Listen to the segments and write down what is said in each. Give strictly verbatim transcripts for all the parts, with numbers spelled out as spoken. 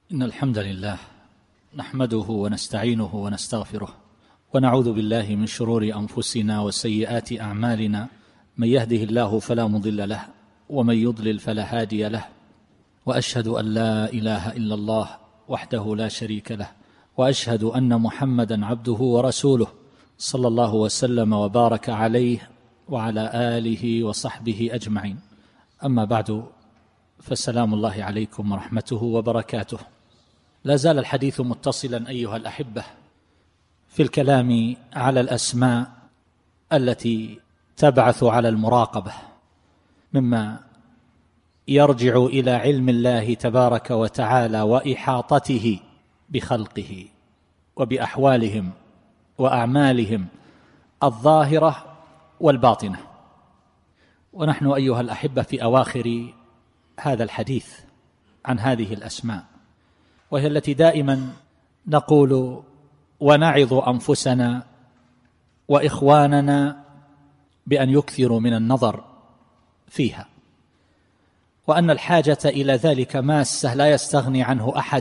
إن الحمد لله نحمده ونستعينه ونستغفره ونعوذ بالله من شرور أنفسنا وسيئات أعمالنا، من يهده الله فلا مضل له ومن يضلل فلا هادي له، وأشهد أن لا إله إلا الله وحده لا شريك له، وأشهد أن محمدا عبده ورسوله صلى الله وسلم وبارك عليه وعلى آله وصحبه أجمعين. أما بعد، فسلام الله عليكم ورحمته وبركاته. لا زال الحديث متصلا أيها الأحبة في الكلام على الأسماء التي تبعث على المراقبة، مما يرجع إلى علم الله تبارك وتعالى وإحاطته بخلقه وبأحوالهم وأعمالهم الظاهرة والباطنة. ونحن أيها الأحبة في أواخر هذا الحديث عن هذه الأسماء، وهي التي دائما نقول ونعظ أنفسنا وإخواننا بأن يكثروا من النظر فيها، وأن الحاجة إلى ذلك ماسة لا يستغني عنه أحد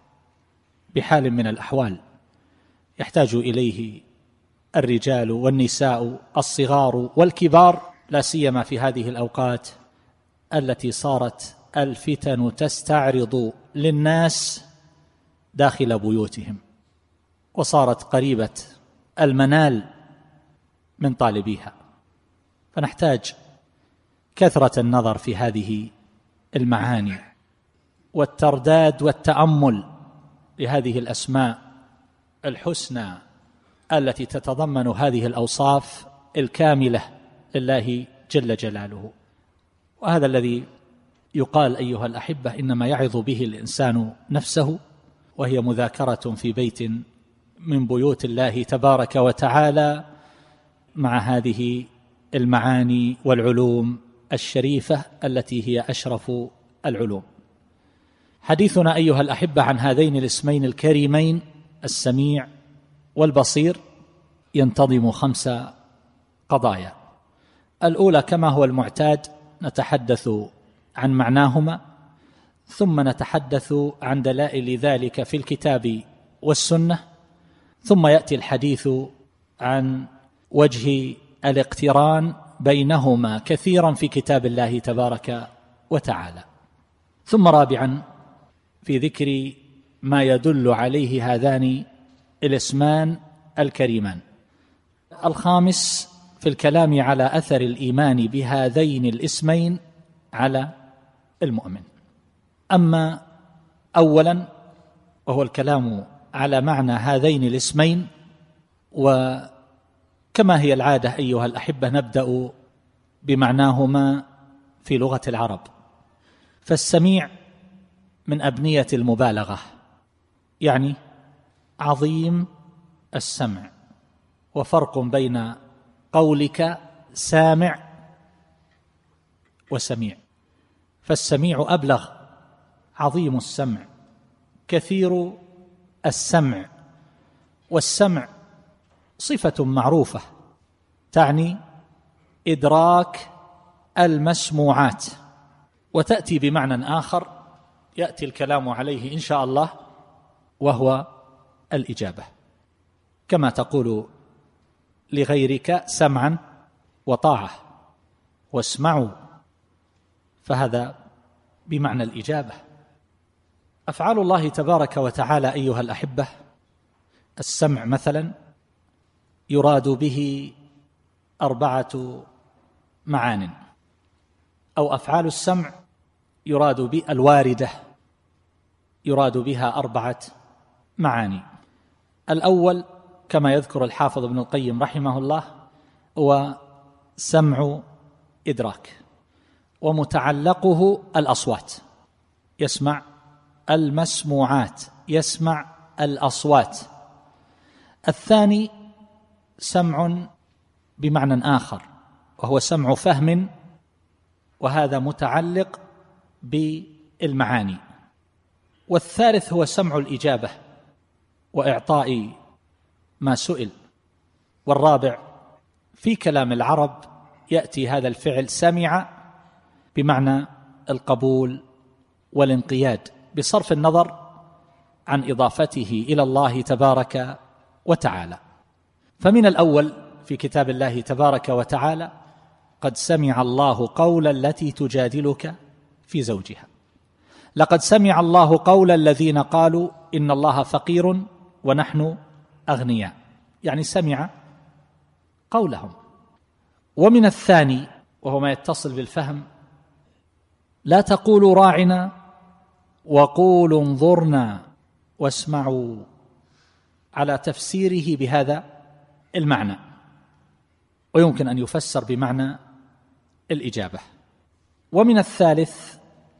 بحال من الأحوال، يحتاج إليه الرجال والنساء، الصغار والكبار، لا سيما في هذه الأوقات التي صارت الفتن تستعرض للناس داخل بيوتهم، وصارت قريبة المنال من طالبيها، فنحتاج كثرة النظر في هذه المعاني والترداد والتأمل لهذه الأسماء الحسنى التي تتضمن هذه الأوصاف الكاملة لله جل جلاله. وهذا الذي يقال أيها الأحبة إنما يعظ به الإنسان نفسه، وهي مذاكرة في بيت من بيوت الله تبارك وتعالى مع هذه المعاني والعلوم الشريفة التي هي أشرف العلوم. حديثنا أيها الأحبة عن هذين الاسمين الكريمين السميع والبصير ينتظم خمس قضايا. الأولى كما هو المعتاد نتحدث عن معناهما، ثم نتحدث عن دلائل ذلك في الكتاب والسنة، ثم يأتي الحديث عن وجه الاقتران بينهما كثيرا في كتاب الله تبارك وتعالى، ثم رابعا في ذكر ما يدل عليه هذان الاسمان الكريمان، الخامس في الكلام على أثر الإيمان بهذين الاسمين على المؤمن. أما أولا وهو الكلام على معنى هذين الاسمين، وكما هي العادة أيها الأحبة نبدأ بمعناهما في لغة العرب. فالسميع من أبنية المبالغة، يعني عظيم السمع، وفرق بين قولك سامع وسميع. فالسميع أبلغ، عظيم السمع، كثير السمع. والسمع صفة معروفة تعني إدراك المسموعات، وتأتي بمعنى آخر يأتي الكلام عليه إن شاء الله، وهو الإجابة، كما تقول لغيرك سمعا وطاعة واسمعوا، فهذا بمعنى الإجابة. أفعال الله تبارك وتعالى أيها الأحبة، السمع مثلا يراد به أربعة معان، أو أفعال السمع يراد به الواردة يراد بها أربعة معاني. الأول كما يذكر الحافظ ابن القيم رحمه الله هو سمع إدراك، ومتعلقه الأصوات، يسمع المسموعات، يسمع الأصوات. الثاني سمع بمعنى آخر وهو سمع فهم، وهذا متعلق بالمعاني. والثالث هو سمع الإجابة وإعطاء ما سئل. والرابع في كلام العرب يأتي هذا الفعل سمع بمعنى القبول والانقياد بصرف النظر عن إضافته إلى الله تبارك وتعالى. فمن الأول في كتاب الله تبارك وتعالى: قد سمع الله قول التي تجادلك في زوجها. لقد سمع الله قول الذين قالوا إن الله فقير ونحن أغنياء، يعني سمع قولهم. ومن الثاني وهو ما يتصل بالفهم: لا تقولوا راعنا وقولوا انظرنا واسمعوا، على تفسيره بهذا المعنى، ويمكن أن يفسر بمعنى الإجابة. ومن الثالث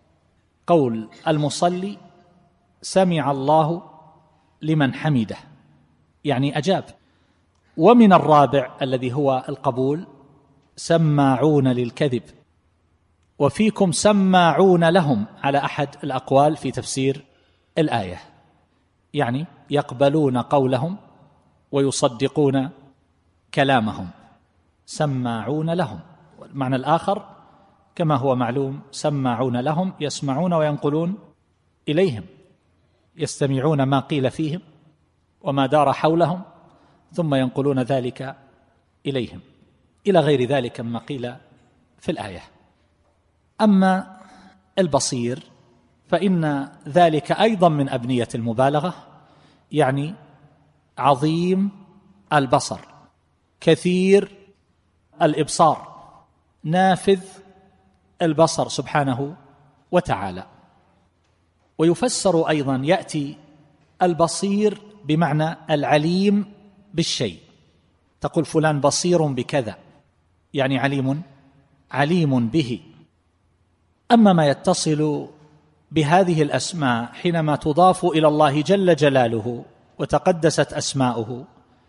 قول المصلي: سمع الله لمن حمده، يعني أجاب. ومن الرابع الذي هو القبول: سماعون للكذب، وفيكم سماعون لهم، على أحد الأقوال في تفسير الآية، يعني يقبلون قولهم ويصدقون كلامهم، سماعون لهم. والمعنى الآخر كما هو معلوم: سماعون لهم، يسمعون وينقلون إليهم، يستمعون ما قيل فيهم وما دار حولهم ثم ينقلون ذلك إليهم، إلى غير ذلك مما قيل في الآية. أما البصير فإن ذلك أيضا من أبنية المبالغة، يعني عظيم البصر، كثير الإبصار، نافذ البصر سبحانه وتعالى. ويفسر أيضا، يأتي البصير بمعنى العليم بالشيء، تقول فلان بصير بكذا، يعني عليم عليم به. أما ما يتصل بهذه الأسماء حينما تضاف إلى الله جل جلاله وتقدست أسماؤه،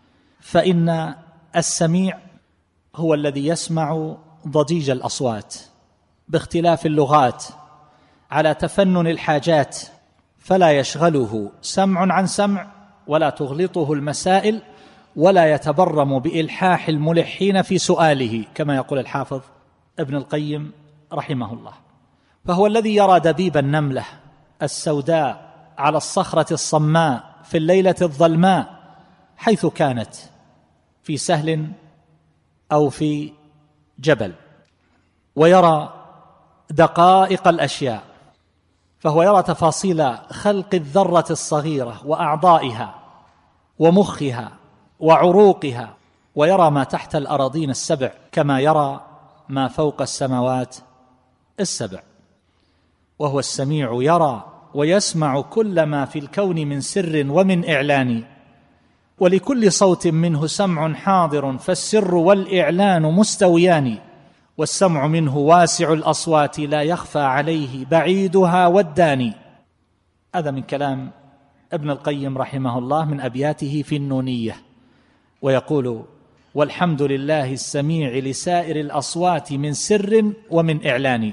فإن السميع هو الذي يسمع ضجيج الأصوات باختلاف اللغات على تفنن الحاجات، فلا يشغله سمع عن سمع ولا تغلطه المسائل ولا يتبرم بإلحاح الملحين في سؤاله، كما يقول الحافظ ابن القيم رحمه الله. فهو الذي يرى دبيب النملة السوداء على الصخرة الصماء في الليلة الظلماء حيث كانت، في سهل أو في جبل، ويرى دقائق الأشياء، فهو يرى تفاصيل خلق الذرة الصغيرة وأعضائها ومخها وعروقها، ويرى ما تحت الأراضين السبع كما يرى ما فوق السماوات السبع. وهو السميع، يرى ويسمع كل ما في الكون من سر ومن إعلان، ولكل صوت منه سمع حاضر، فالسر والإعلان مستويان، والسمع منه واسع الأصوات لا يخفى عليه بعيدها والداني. هذا من كلام ابن القيم رحمه الله من أبياته في النونية، ويقول: والحمد لله السميع لسائر الأصوات من سر ومن إعلان.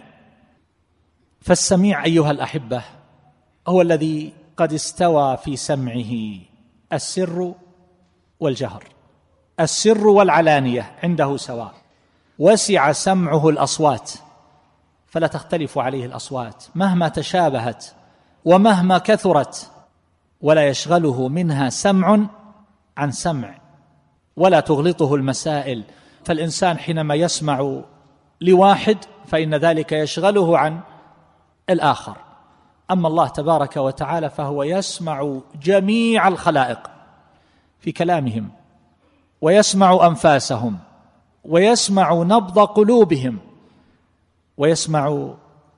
فالسميع أيها الأحبة هو الذي قد استوى في سمعه السر والجهر، السر والعلانية عنده سواء، وسع سمعه الأصوات فلا تختلف عليه الأصوات مهما تشابهت ومهما كثرت، ولا يشغله منها سمع عن سمع ولا تغلطه المسائل. فالإنسان حينما يسمع لواحد فإن ذلك يشغله عن الآخر. أما الله تبارك وتعالى فهو يسمع جميع الخلائق في كلامهم، ويسمع أنفاسهم، ويسمع نبض قلوبهم، ويسمع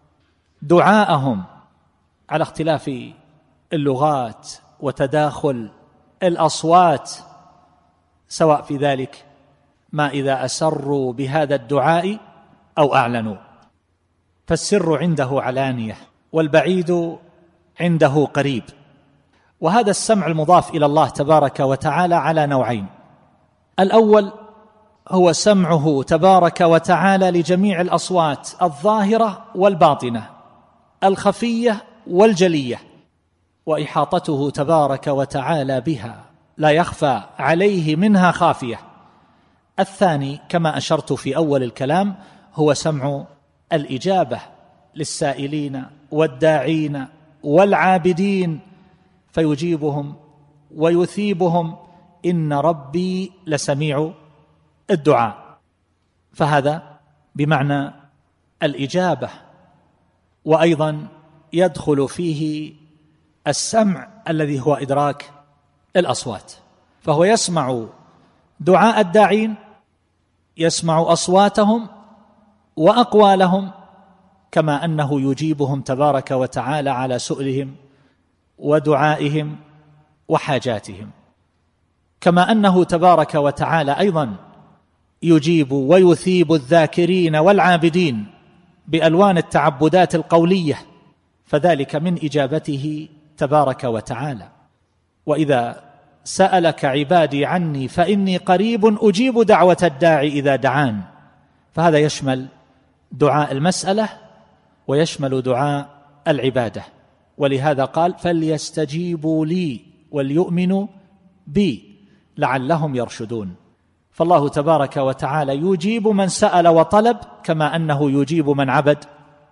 دعاءهم على اختلاف اللغات وتداخل الأصوات، سواء في ذلك ما إذا أسروا بهذا الدعاء أو أعلنوا. فالسر عنده علانية والبعيد عنده قريب. وهذا السمع المضاف إلى الله تبارك وتعالى على نوعين: الأول هو سمعه تبارك وتعالى لجميع الأصوات الظاهرة والباطنة، الخفية والجلية، وإحاطته تبارك وتعالى بها لا يخفى عليه منها خافية. الثاني كما أشرت في أول الكلام هو سمع الإجابة للسائلين والداعين والعابدين، فيجيبهم ويثيبهم إن ربي لسميع الدعاء. فهذا بمعنى الإجابة، وأيضا يدخل فيه السمع الذي هو إدراك الأصوات، فهو يسمع دعاء الداعين، يسمع أصواتهم وأقوالهم، كما أنه يجيبهم تبارك وتعالى على سؤلهم ودعائهم وحاجاتهم، كما أنه تبارك وتعالى أيضا يجيب ويثيب الذاكرين والعابدين بألوان التعبدات القولية، فذلك من إجابته تبارك وتعالى. وإذا سألك عبادي عني فإني قريب أجيب دعوة الداعي إذا دعان، فهذا يشمل دعاء المسألة ويشمل دعاء العبادة. ولهذا قال فليستجيبوا لي وليؤمنوا بي لعلهم يرشدون. فالله تبارك وتعالى يجيب من سأل وطلب، كما أنه يجيب من عبد،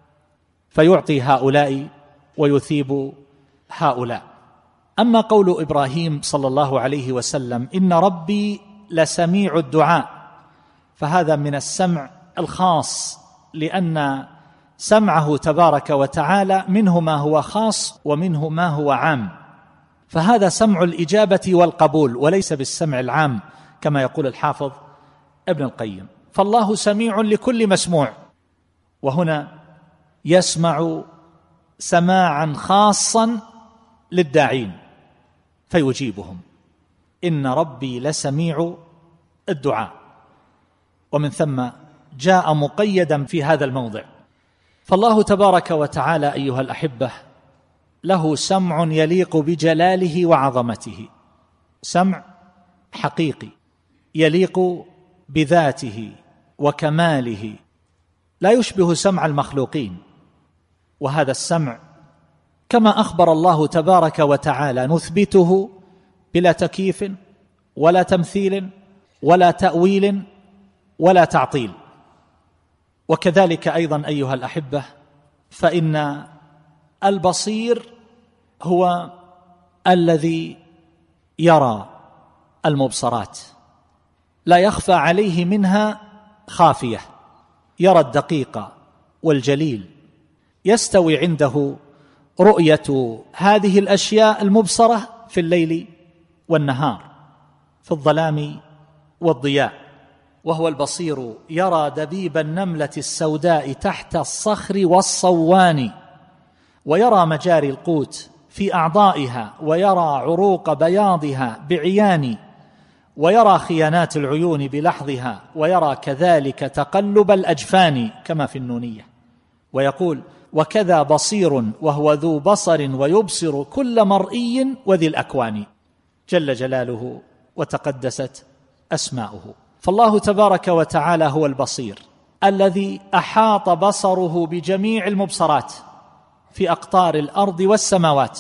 فيعطي هؤلاء ويثيب هؤلاء. أما قول إبراهيم صلى الله عليه وسلم إن ربي لسميع الدعاء، فهذا من السمع الخاص، لأن سمعه تبارك وتعالى منه ما هو خاص ومنه ما هو عام، فهذا سمع الإجابة والقبول وليس بالسمع العام كما يقول الحافظ ابن القيم. فالله سميع لكل مسموع، وهنا يسمع سماعا خاصا للداعين فيجيبهم إن ربي لسميع الدعاء، ومن ثم جاء مقيدا في هذا الموضع. فالله تبارك وتعالى أيها الأحبة له سمع يليق بجلاله وعظمته، سمع حقيقي يليق بذاته وكماله، لا يشبه سمع المخلوقين. وهذا السمع كما أخبر الله تبارك وتعالى نثبته بلا تكييف ولا تمثيل ولا تأويل ولا تعطيل. وكذلك أيضا أيها الأحبة فإن البصير هو الذي يرى المبصرات، لا يخفى عليه منها خافية، يرى الدقيق والجليل، يستوي عنده رؤية هذه الأشياء المبصرة في الليل والنهار، في الظلام والضياء. وهو البصير يرى دبيب النملة السوداء تحت الصخر والصوان، ويرى مجاري القوت في أعضائها، ويرى عروق بياضها بعيان، ويرى خيانات العيون بلحظها، ويرى كذلك تقلب الأجفان كما في النونية. ويقول وكذا بصير وهو ذو بصر ويبصر كل مرئي وذي الأكوان، جل جلاله وتقدست أسماؤه. فالله تبارك وتعالى هو البصير الذي أحاط بصره بجميع المبصرات في أقطار الأرض والسماوات،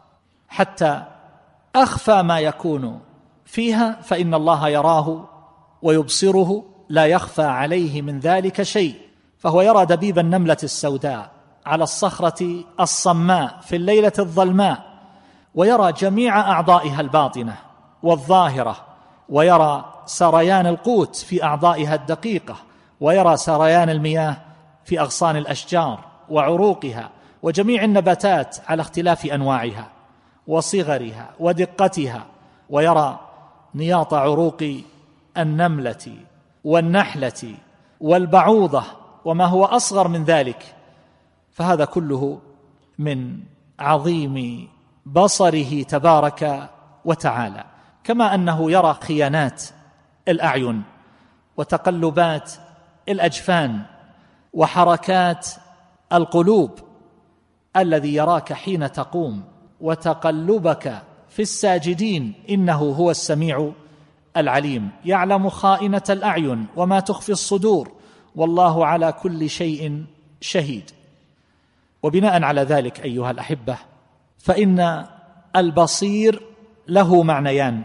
حتى أخفى ما يكون فيها فإن الله يراه ويبصره، لا يخفى عليه من ذلك شيء. فهو يرى دبيب النملة السوداء على الصخرة الصماء في الليلة الظلماء، ويرى جميع أعضائها الباطنة والظاهرة، ويرى سريان القوت في أعضائها الدقيقة، ويرى سريان المياه في أغصان الأشجار وعروقها، وجميع النباتات على اختلاف أنواعها وصغرها ودقتها، ويرى نياط عروق النملة والنحلة والبعوضة وما هو أصغر من ذلك. فهذا كله من عظيم بصره تبارك وتعالى. كما أنه يرى خيانات الأعين وتقلبات الأجفان وحركات القلوب، الذي يراك حين تقوم وتقلبك في الساجدين إنه هو السميع العليم، يعلم خائنة الأعين وما تخفي الصدور، والله على كل شيء شهيد. وبناء على ذلك أيها الأحبة فإن البصير له معنيان.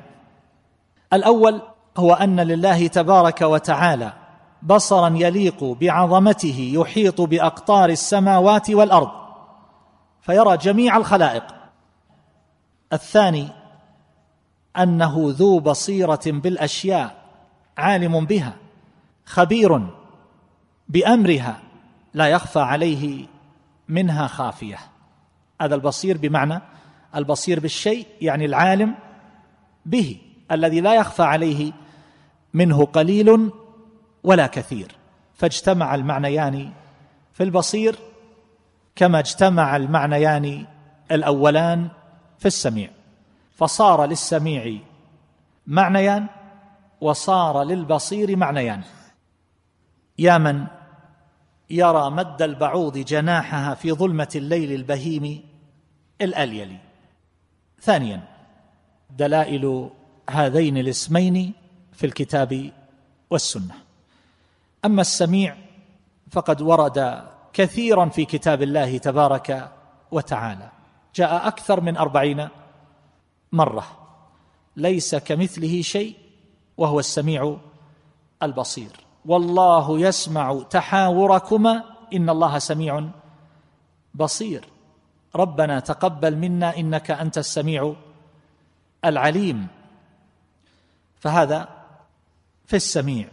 الأول هو أن لله تبارك وتعالى بصرا يليق بعظمته يحيط بأقطار السماوات والأرض، فيرى جميع الخلائق الثاني أنه ذو بصيرة بالأشياء، عالم بها، خبير بأمرها، لا يخفى عليه منها خافية. هذا البصير بمعنى البصير بالشيء، يعني العالم به الذي لا يخفى عليه منه قليل ولا كثير. فاجتمع المعنيان في البصير كما اجتمع المعنيان الأولان في السميع، فصار للسميع معنيان وصار للبصير معنيان. يا من يرى مد البعوض جناحها في ظلمة الليل البهيم الأليل. ثانيا، دلائل هذين الاسمين في الكتاب والسنة. أما السميع فقد ورد كثيرا في كتاب الله تبارك وتعالى، جاء أكثر من أربعين مرة. ليس كمثله شيء وهو السميع البصير. والله يسمع تحاوركما إن الله سميع بصير. ربنا تقبل منا إنك أنت السميع العليم. فهذا في السميع،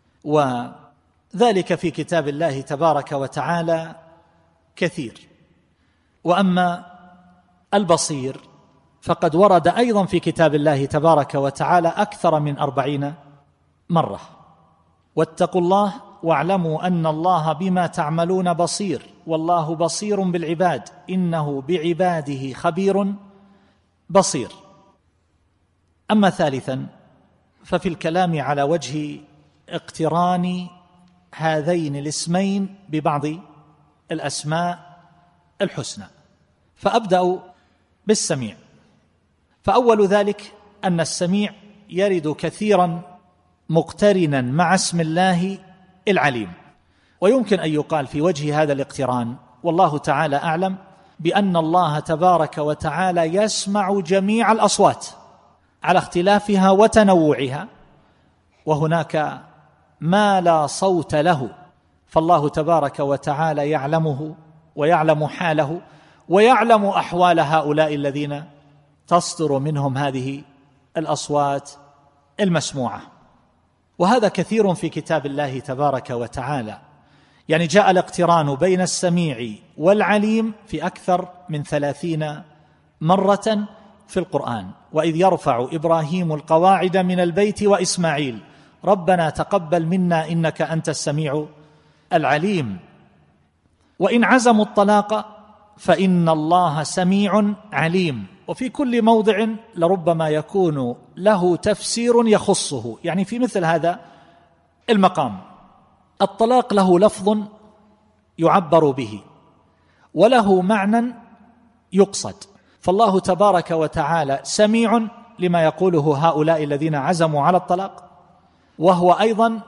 وذلك في كتاب الله تبارك وتعالى كثير. وأما البصير فقد ورد أيضا في كتاب الله تبارك وتعالى أكثر من أربعين مرة. واتقوا الله واعلموا أن الله بما تعملون بصير والله بصير بالعباد إنه بعباده خبير بصير. أما ثالثا ففي الكلام على وجه اقتران هذين الاسمين ببعض الأسماء الحسنى. فأبدأ بالسميع. فأول ذلك أن السميع يرد كثيرا مقترنا مع اسم الله العليم. ويمكن أن يقال في وجه هذا الاقتران والله تعالى أعلم بأن الله تبارك وتعالى يسمع جميع الأصوات على اختلافها وتنوعها، وهناك ما لا صوت له، فالله تبارك وتعالى يعلمه ويعلم حاله ويعلم أحوال هؤلاء الذين تصدر منهم هذه الأصوات المسموعة. وهذا كثير في كتاب الله تبارك وتعالى، يعني جاء الاقتران بين السميع والعليم في أكثر من ثلاثين مرة في القرآن. وإذ يرفع إبراهيم القواعد من البيت وإسماعيل ربنا تقبل منا إنك أنت السميع العليم. وإن عزموا الطلاق فإن الله سميع عليم. وفي كل موضع لربما يكون له تفسير يخصه، يعني في مثل هذا المقام الطلاق له لفظ يعبر به وله معنى يقصد. فالله تبارك وتعالى سميع لما يقوله هؤلاء الذين عزموا على الطلاق، وهو أيضا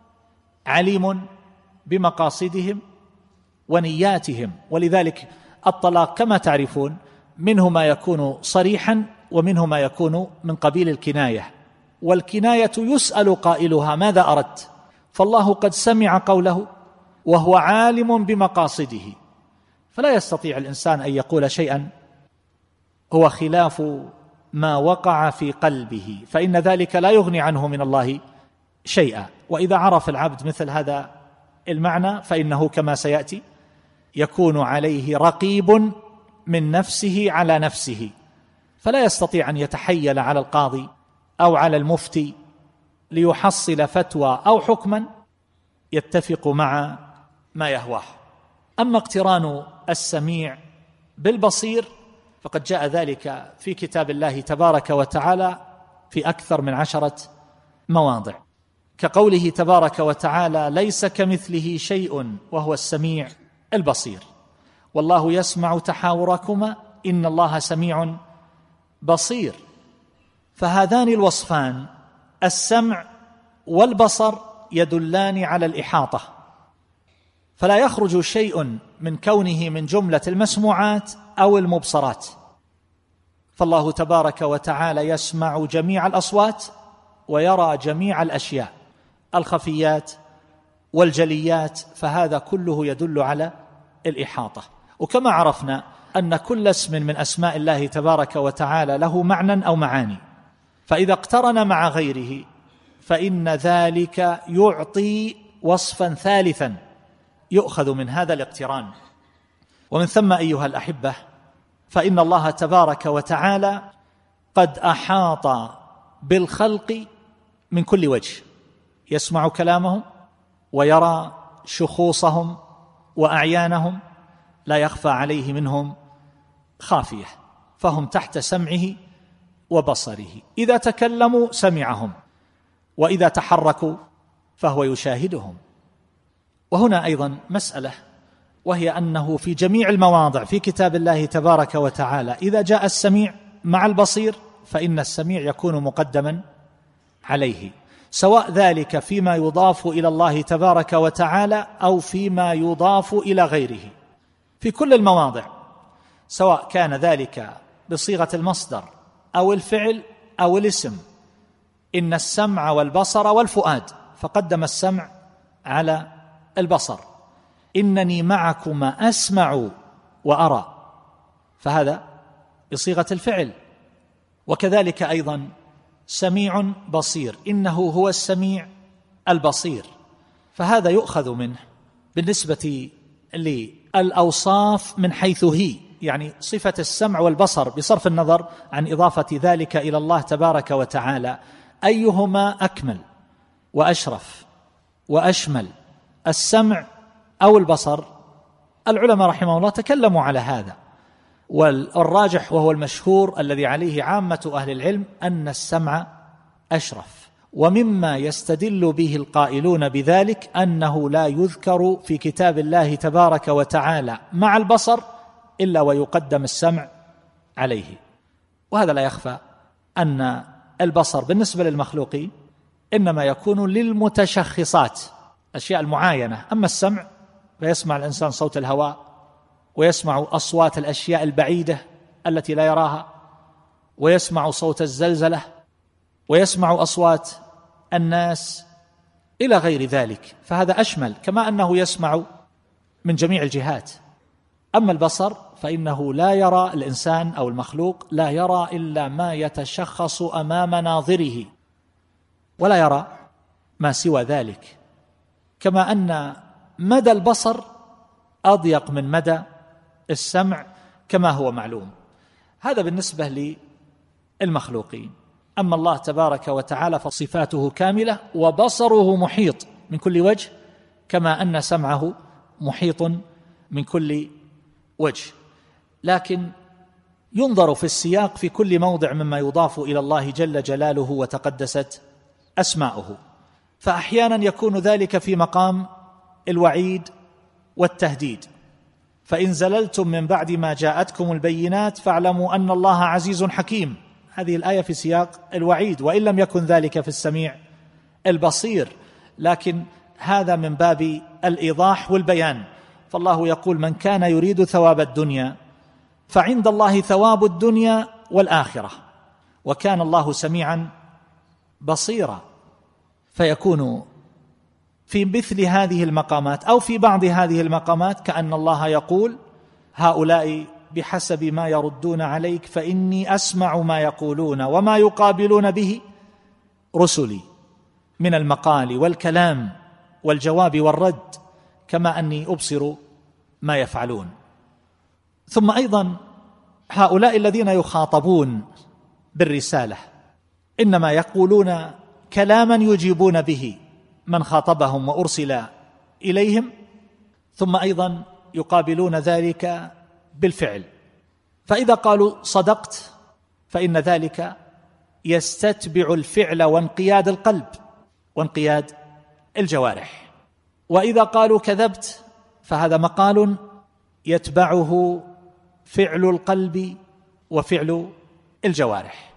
عليم بمقاصدهم ونياتهم. ولذلك الطلاق كما تعرفون منه ما يكون صريحا ومنه ما يكون من قبيل الكناية، والكناية يسأل قائلها ماذا أردت؟ فالله قد سمع قوله وهو عالم بمقاصده، فلا يستطيع الإنسان أن يقول شيئا هو خلاف ما وقع في قلبه، فإن ذلك لا يغني عنه من الله شيئا. وإذا عرف العبد مثل هذا المعنى فإنه كما سيأتي يكون عليه رقيب من نفسه على نفسه، فلا يستطيع أن يتحيل على القاضي أو على المفتي ليحصل فتوى أو حكما يتفق مع ما يهواه. أما اقتران السميع بالبصير فقد جاء ذلك في كتاب الله تبارك وتعالى في أكثر من عشرة مواضع، كقوله تبارك وتعالى ليس كمثله شيء وهو السميع البصير. والله يسمع تحاوركما إن الله سميع بصير. فهذان الوصفان السمع والبصر يدلان على الإحاطة، فلا يخرج شيء من كونه من جملة المسموعات أو المبصرات. فالله تبارك وتعالى يسمع جميع الأصوات ويرى جميع الأشياء الخفيات والجليات، فهذا كله يدل على الإحاطة. وكما عرفنا أن كل اسم من أسماء الله تبارك وتعالى له معنى أو معاني، فإذا اقترن مع غيره فإن ذلك يعطي وصفا ثالثا يؤخذ من هذا الاقتران. ومن ثم أيها الأحبة فإن الله تبارك وتعالى قد أحاط بالخلق من كل وجه، يسمع كلامهم ويرى شخوصهم وأعيانهم، لا يخفى عليه منهم خافية، فهم تحت سمعه وبصره، إذا تكلموا سمعهم، وإذا تحركوا فهو يشاهدهم. وهنا أيضا مسألة، وهي أنه في جميع المواضع في كتاب الله تبارك وتعالى إذا جاء السميع مع البصير فإن السميع يكون مقدما عليه، سواء ذلك فيما يضاف إلى الله تبارك وتعالى أو فيما يضاف إلى غيره، في كل المواضع، سواء كان ذلك بصيغة المصدر أو الفعل أو الاسم. إن السمع والبصر والفؤاد، فقدم السمع على البصر. إنني معكما أسمع وأرى، فهذا بصيغة الفعل. وكذلك أيضا سميع بصير، إنه هو السميع البصير، فهذا يؤخذ منه بالنسبة للأوصاف من حيث هي، يعني صفة السمع والبصر بصرف النظر عن إضافة ذلك إلى الله تبارك وتعالى، أيهما أكمل وأشرف وأشمل، السمع أو البصر؟ العلماء رحمه الله تكلموا على هذا، والراجح وهو المشهور الذي عليه عامة أهل العلم أن السمع أشرف. ومما يستدل به القائلون بذلك أنه لا يذكر في كتاب الله تبارك وتعالى مع البصر إلا ويقدم السمع عليه. وهذا لا يخفى أن البصر بالنسبة للمخلوقين إنما يكون للمتشخصات، أشياء المعاينة، أما السمع فيسمع الإنسان صوت الهواء، ويسمع أصوات الأشياء البعيدة التي لا يراها، ويسمع صوت الزلزلة، ويسمع أصوات الناس إلى غير ذلك، فهذا أشمل، كما أنه يسمع من جميع الجهات. أما البصر فإنه لا يرى، الإنسان أو المخلوق لا يرى إلا ما يتشخص أمام ناظره، ولا يرى ما سوى ذلك، كما أن مدى البصر أضيق من مدى السمع كما هو معلوم. هذا بالنسبة للمخلوقين. أما الله تبارك وتعالى فصفاته كاملة، وبصره محيط من كل وجه، كما أن سمعه محيط من كل وجه. لكن ينظر في السياق في كل موضع مما يضاف إلى الله جل جلاله وتقدست أسماؤه، فأحيانا يكون ذلك في مقام الوعيد والتهديد، فإن زللتم من بعد ما جاءتكم البينات فاعلموا أن الله عزيز حكيم، هذه الآية في سياق الوعيد، وإن لم يكن ذلك في السميع البصير، لكن هذا من باب الإيضاح والبيان. فالله يقول: من كان يريد ثواب الدنيا فعند الله ثواب الدنيا والآخرة، وكان الله سميعا بصيرا. فيكون في مثل هذه المقامات أو في بعض هذه المقامات كأن الله يقول: هؤلاء بحسب ما يردون عليك فإني أسمع ما يقولون وما يقابلون به رسلي من المقال والكلام والجواب والرد، كما أني أبصر ما يفعلون. ثم أيضا هؤلاء الذين يخاطبون بالرسالة إنما يقولون كلاما يجيبون به من خاطبهم وأرسل إليهم، ثم أيضا يقابلون ذلك بالفعل، فإذا قالوا صدقت فإن ذلك يستتبع الفعل وانقياد القلب وانقياد الجوارح، وإذا قالوا كذبت فهذا مقال يتبعه فعل القلب وفعل الجوارح.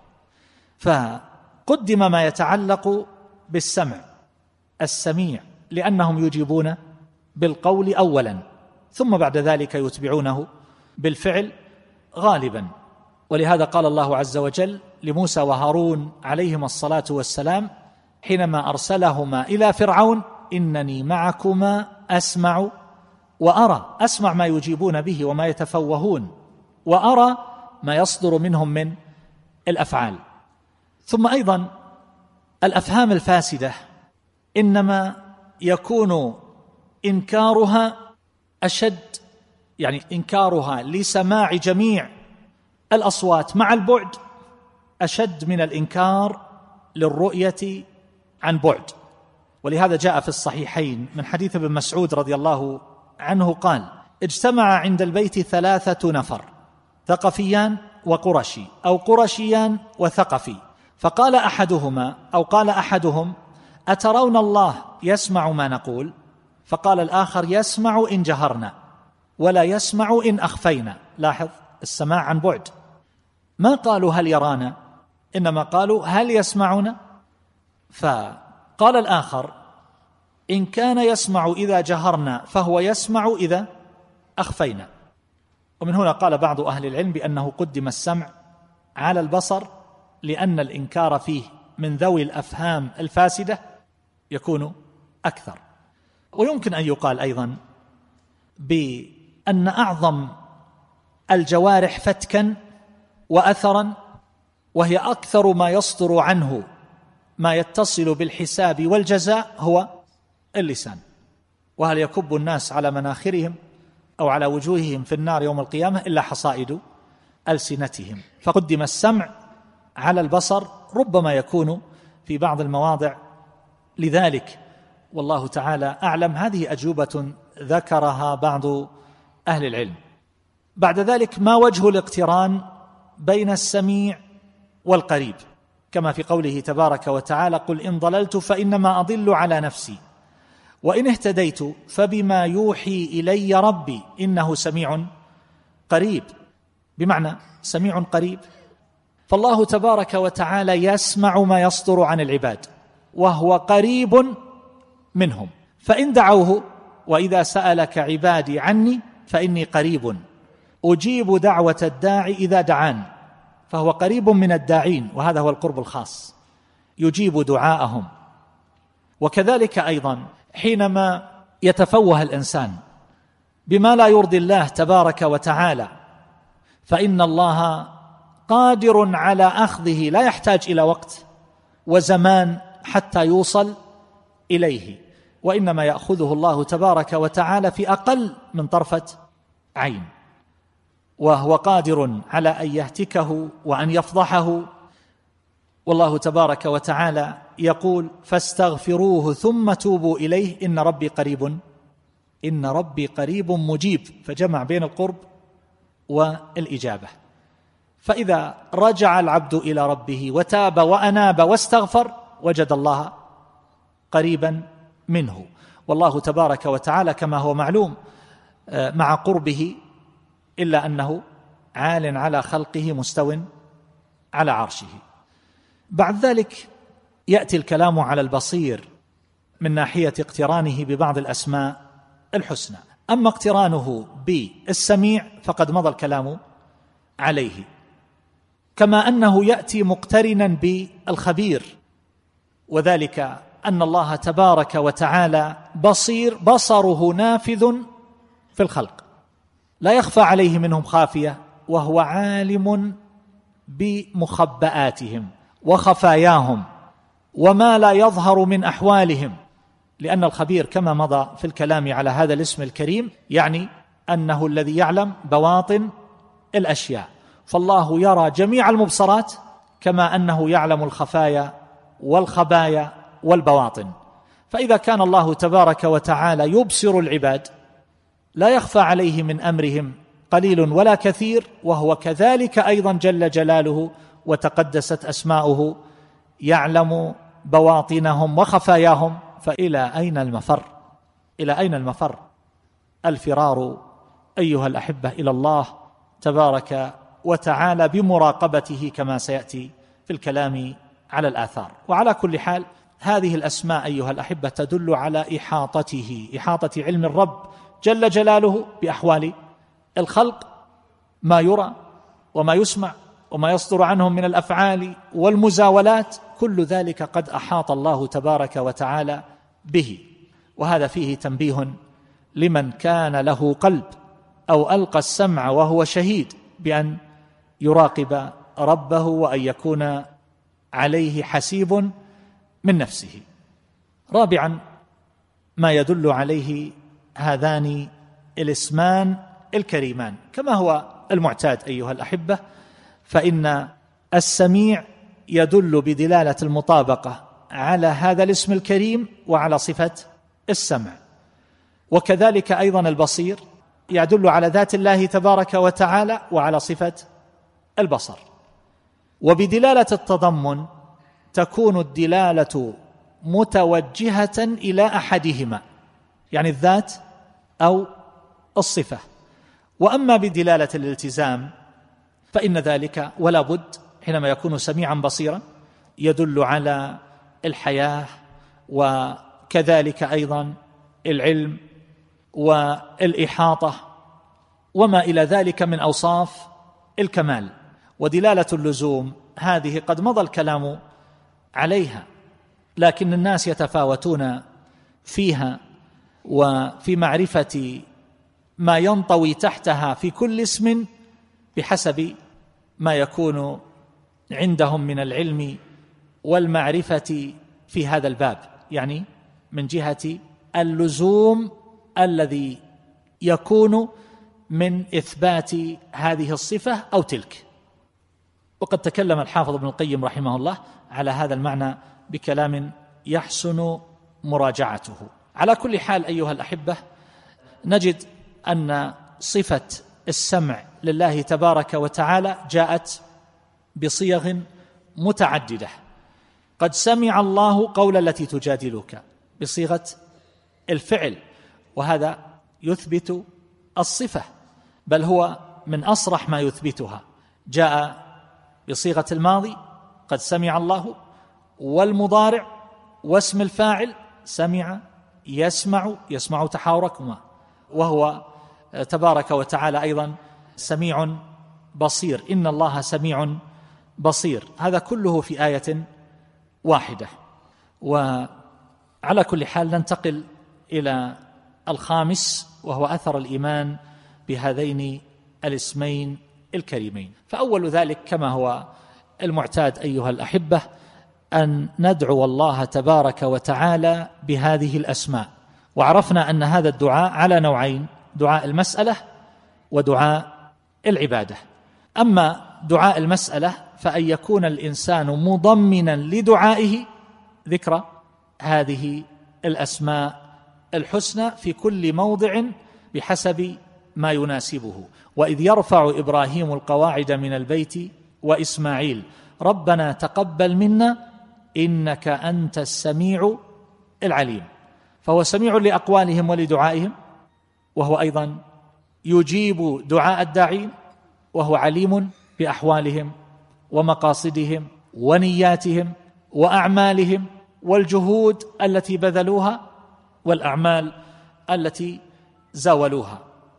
فقدم ما يتعلق بالسمع السميع لأنهم يجيبون بالقول أولا، ثم بعد ذلك يتبعونه بالفعل غالبا. ولهذا قال الله عز وجل لموسى وهارون عليهما الصلاة والسلام حينما أرسلهما إلى فرعون: إنني معكما أسمع وأرى، أسمع ما يجيبون به وما يتفوهون وأرى ما يصدر منهم من الأفعال. ثم أيضا الأفهام الفاسدة إنما يكون إنكارها أشد، يعني إنكارها لسماع جميع الأصوات مع البعد أشد من الإنكار للرؤية عن بعد. ولهذا جاء في الصحيحين من حديث ابن مسعود رضي الله عنه قال: اجتمع عند البيت ثلاثة نفر، ثقفيان وقرشي، أو قرشيان وثقفي، فقال أحدهما أو قال أحدهم: أترون الله يسمع ما نقول؟ فقال الآخر: يسمع إن جهرنا ولا يسمع إن أخفينا. لاحظ السماع عن بعد، ما قالوا هل يرانا، إنما قالوا هل يسمعنا. فقال الآخر: إن كان يسمع إذا جهرنا فهو يسمع إذا أخفينا. ومن هنا قال بعض أهل العلم بأنه قدم السمع على البصر، لأن الإنكار فيه من ذوي الأفهام الفاسدة يكون أكثر. ويمكن أن يقال أيضا بأن أعظم الجوارح فتكا وأثرا، وهي أكثر ما يصدر عنه ما يتصل بالحساب والجزاء، هو اللسان. وهل يكب الناس على مناخرهم أو على وجوههم في النار يوم القيامة إلا حصائد ألسنتهم. فقدم السمع على البصر، ربما يكون في بعض المواضع لذلك، والله تعالى أعلم. هذه أجوبة ذكرها بعض أهل العلم. بعد ذلك: ما وجه الاقتران بين السميع والقريب؟ كما في قوله تبارك وتعالى: قل إن ضللت فإنما أضل على نفسي وإن اهتديت فبما يوحي إلي ربي إنه سميع قريب، بمعنى سميع قريب. فالله تبارك وتعالى يسمع ما يصدر عن العباد وهو قريب منهم، فإن دعوه: وإذا سألك عبادي عني فإني قريب أجيب دعوة الداعي إذا دعان، فهو قريب من الداعين، وهذا هو القرب الخاص، يجيب دعاءهم. وكذلك أيضا حينما يتفوه الإنسان بما لا يرضي الله تبارك وتعالى، فإن الله قادر على أخذه، لا يحتاج إلى وقت وزمان حتى يوصل إليه، وإنما يأخذه الله تبارك وتعالى في أقل من طرفة عين، وهو قادر على أن يهتكه وأن يفضحه. والله تبارك وتعالى يقول: فاستغفروه ثم توبوا إليه إن ربي قريب إن ربي قريب مجيب، فجمع بين القرب والإجابة. فإذا رجع العبد إلى ربه وتاب وأناب واستغفر وجد الله قريبا منه. والله تبارك وتعالى كما هو معلوم مع قربه إلا أنه عال على خلقه مستو على عرشه. بعد ذلك يأتي الكلام على البصير من ناحية اقترانه ببعض الأسماء الحسنى. أما اقترانه بالسميع فقد مضى الكلام عليه، كما أنه يأتي مقترنا بالخبير، وذلك أن الله تبارك وتعالى بصير، بصره نافذ في الخلق لا يخفى عليه منهم خافية، وهو عالم بمخبآتهم وخفاياهم وما لا يظهر من أحوالهم، لأن الخبير كما مضى في الكلام على هذا الاسم الكريم يعني أنه الذي يعلم بواطن الأشياء، فالله يرى جميع المبصرات كما أنه يعلم الخفايا والخبايا والبواطن. فإذا كان الله تبارك وتعالى يبصر العباد لا يخفى عليه من أمرهم قليل ولا كثير، وهو كذلك أيضا جل جلاله وتقدست أسماؤه يعلم بواطنهم وخفاياهم، فإلى أين المفر؟ إلى أين المفر؟ الفرار أيها الأحبة إلى الله تبارك وتعالى بمراقبته كما سيأتي في الكلام على الآثار. وعلى كل حال هذه الأسماء أيها الأحبة تدل على إحاطته، إحاطة علم الرب جل جلاله بأحوال الخلق، ما يرى وما يسمع وما يصدر عنهم من الأفعال والمزاولات، كل ذلك قد أحاط الله تبارك وتعالى به. وهذا فيه تنبيه لمن كان له قلب أو ألقى السمع وهو شهيد بأن يراقب ربه وأن يكون عليه حسيب من نفسه. رابعا ما يدل عليه هذان الاسمان الكريمان كما هو المعتاد أيها الأحبة، فإن السميع يدل بدلالة المطابقة على هذا الاسم الكريم وعلى صفة السمع، وكذلك أيضا البصير يدل على ذات الله تبارك وتعالى وعلى صفة البصر. وبدلالة التضمن تكون الدلالة متوجهة إلى أحدهما، يعني الذات أو الصفة. وأما بدلالة الالتزام فإن ذلك ولا بد حينما يكون سميعا بصيرا يدل على الحياة وكذلك أيضا العلم والإحاطة وما إلى ذلك من أوصاف الكمال. ودلالة اللزوم هذه قد مضى الكلام عليها، لكن الناس يتفاوتون فيها وفي معرفة ما ينطوي تحتها في كل اسم بحسب ما يكون عندهم من العلم والمعرفة في هذا الباب، يعني من جهة اللزوم الذي يكون من إثبات هذه الصفة أو تلك. وقد تكلم الحافظ ابن القيم رحمه الله على هذا المعنى بكلام يحسن مراجعته. على كل حال أيها الأحبة، نجد أن صفة السمع لله تبارك وتعالى جاءت بصيغ متعددة. قد سمع الله قول التي تجادلك بصيغة الفعل، وهذا يثبت الصفة، بل هو من أصرح ما يثبتها. جاء بصيغة الماضي قد سمع الله، والمضارع واسم الفاعل سمع يسمع يسمع تحاوركما، وهو تبارك وتعالى أيضا سميع بصير، إن الله سميع بصير. هذا كله في آية واحدة. وعلى كل حال ننتقل إلى الخامس، وهو أثر الإيمان بهذين الاسمين الكريمين. فأول ذلك كما هو المعتاد أيها الأحبة أن ندعو الله تبارك وتعالى بهذه الأسماء. وعرفنا أن هذا الدعاء على نوعين: دعاء المسألة ودعاء العبادة. أما دعاء المسألة فأن يكون الإنسان مضمنا لدعائه ذكر هذه الأسماء الحسنى في كل موضع بحسب ما يناسبه. وإذ يرفع إبراهيم القواعد من البيت وإسماعيل ربنا تقبل منا إنك أنت السميع العليم، فهو سميع لأقوالهم ولدعائهم، وهو أيضا يجيب دعاء الداعين، وهو عليم بأحوالهم ومقاصدهم ونياتهم وأعمالهم والجهود التي بذلوها والأعمال التي زاولوها.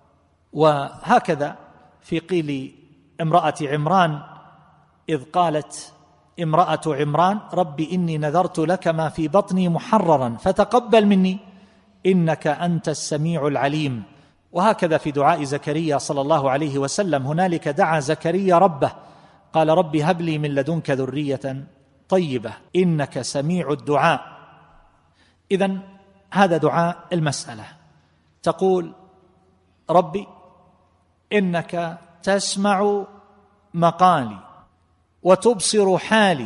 وهكذا في قيل امرأة عمران إذ قالت امرأة عمران رب إني نذرت لك ما في بطني محررا فتقبل مني إنك أنت السميع العليم. وهكذا في دعاء زكريا صلى الله عليه وسلم هنالك دعا زكريا ربه قال رب هب لي من لدنك ذرية طيبة إنك سميع الدعاء. إذن هذا دعاء المسألة، تقول ربي إنك تسمع مقالي وتبصر حالي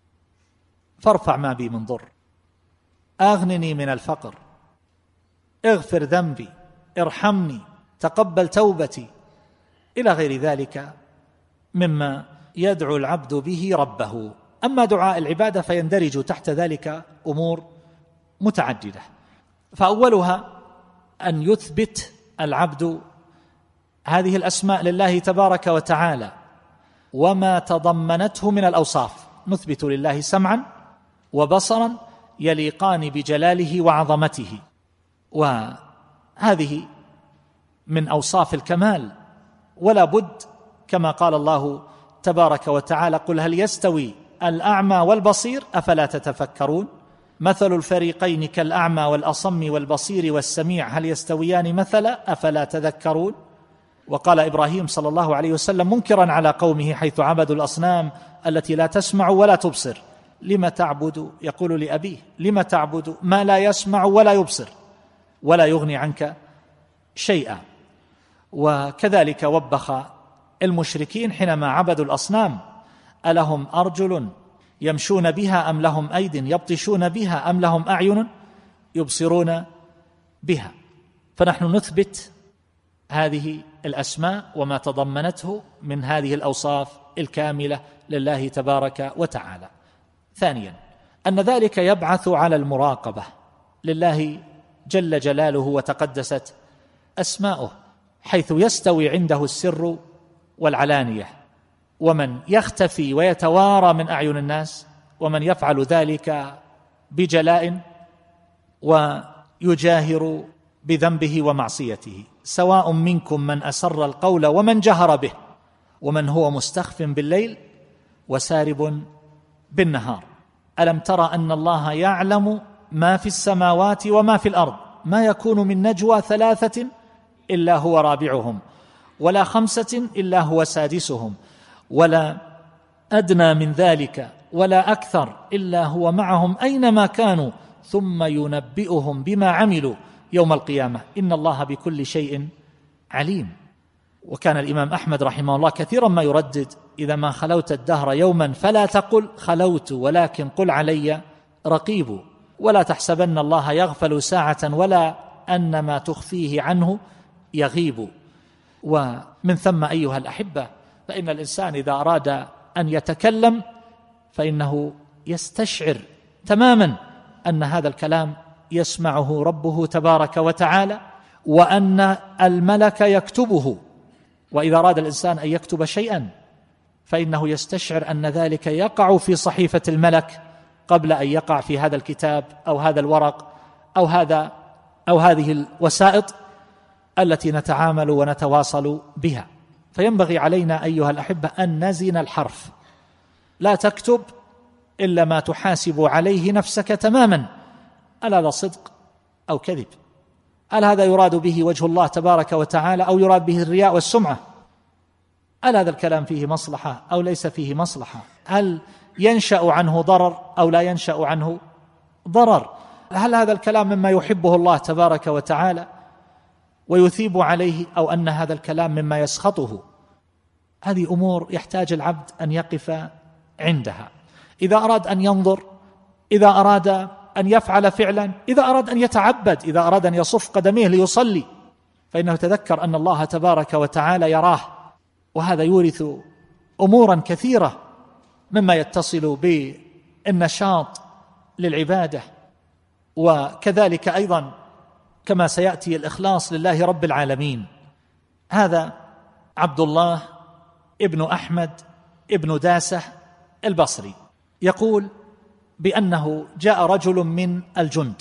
فارفع ما بي من ضر، أغنني من الفقر، اغفر ذنبي، ارحمني، تقبل توبتي، إلى غير ذلك مما يدعو العبد به ربه. أما دعاء العبادة فيندرج تحت ذلك أمور متعددة، فأولها أن يثبت العبد هذه الأسماء لله تبارك وتعالى وما تضمنته من الأوصاف. نثبت لله سمعا وبصرا يليقان بجلاله وعظمته، وهذه من أوصاف الكمال، ولا بد كما قال الله تبارك وتعالى قل هل يستوي الأعمى والبصير أفلا تتفكرون مثل الفريقين كالأعمى والأصم والبصير والسميع هل يستويان مثلا أفلا تذكرون. وقال إبراهيم صلى الله عليه وسلم منكرا على قومه حيث عبدوا الأصنام التي لا تسمع ولا تبصر: لم تعبد، يقول لأبيه: لم تعبد ما لا يسمع ولا يبصر ولا يغني عنك شيئا. وكذلك وبخ المشركين حينما عبدوا الأصنام: ألهم أرجل يمشون بها أم لهم أيد يبطشون بها أم لهم أعين يبصرون بها. فنحن نثبت هذه الأسماء وما تضمنته من هذه الأوصاف الكاملة لله تبارك وتعالى. ثانيا، أن ذلك يبعث على المراقبة لله جل جلاله وتقدست أسماؤه، حيث يستوي عنده السر والعلانية، ومن يختفي ويتوارى من أعين الناس، ومن يفعل ذلك بجلاء ويجاهر بذنبه ومعصيته، سواء منكم من أسر القول ومن جهر به، ومن هو مستخف بالليل وسارب بالنهار. ألم ترى أن الله يعلم ما في السماوات وما في الأرض، ما يكون من نجوى ثلاثة إلا هو رابعهم، ولا خمسة إلا هو سادسهم، ولا أدنى من ذلك ولا أكثر إلا هو معهم أينما كانوا، ثم ينبئهم بما عملوا يوم القيامة، إن الله بكل شيء عليم. وكان الإمام أحمد رحمه الله كثيرا ما يردد: إذا ما خلوت الدهر يوما فلا تقل خلوت، ولكن قل علي رقيب، ولا تحسبن الله يغفل ساعة ولا أن ما تخفيه عنه يغيب. ومن ثم أيها الأحبة، فإن الإنسان إذا أراد أن يتكلم فإنه يستشعر تماما أن هذا الكلام يسمعه ربه تبارك وتعالى، وأن الملك يكتبه. وإذا أراد الإنسان أن يكتب شيئا فإنه يستشعر أن ذلك يقع في صحيفة الملك قبل أن يقع في هذا الكتاب أو هذا الورق أو هذا أو هذه الوسائط التي نتعامل ونتواصل بها. فينبغي علينا أيها الأحبة أن نزن الحرف، لا تكتب إلا ما تحاسب عليه نفسك تماما: هل هذا صدق أو كذب؟ هل هذا يراد به وجه الله تبارك وتعالى أو يراد به الرياء والسمعة؟ هل هذا الكلام فيه مصلحة أو ليس فيه مصلحة؟ هل ينشأ عنه ضرر أو لا ينشأ عنه ضرر؟ هل هذا الكلام مما يحبه الله تبارك وتعالى ويثيب عليه، أو أن هذا الكلام مما يسخطه؟ هذه أمور يحتاج العبد أن يقف عندها. إذا أراد أن ينظر، إذا أراد أن يفعل فعلا، إذا أراد أن يتعبد، إذا أراد أن يصف قدميه ليصلي، فإنه يتذكر أن الله تبارك وتعالى يراه، وهذا يورث أمورا كثيرة مما يتصل بالنشاط للعبادة. وكذلك أيضا كما سيأتي الإخلاص لله رب العالمين. هذا عبد الله ابن أحمد ابن داسة البصري يقول بأنه جاء رجل من الجند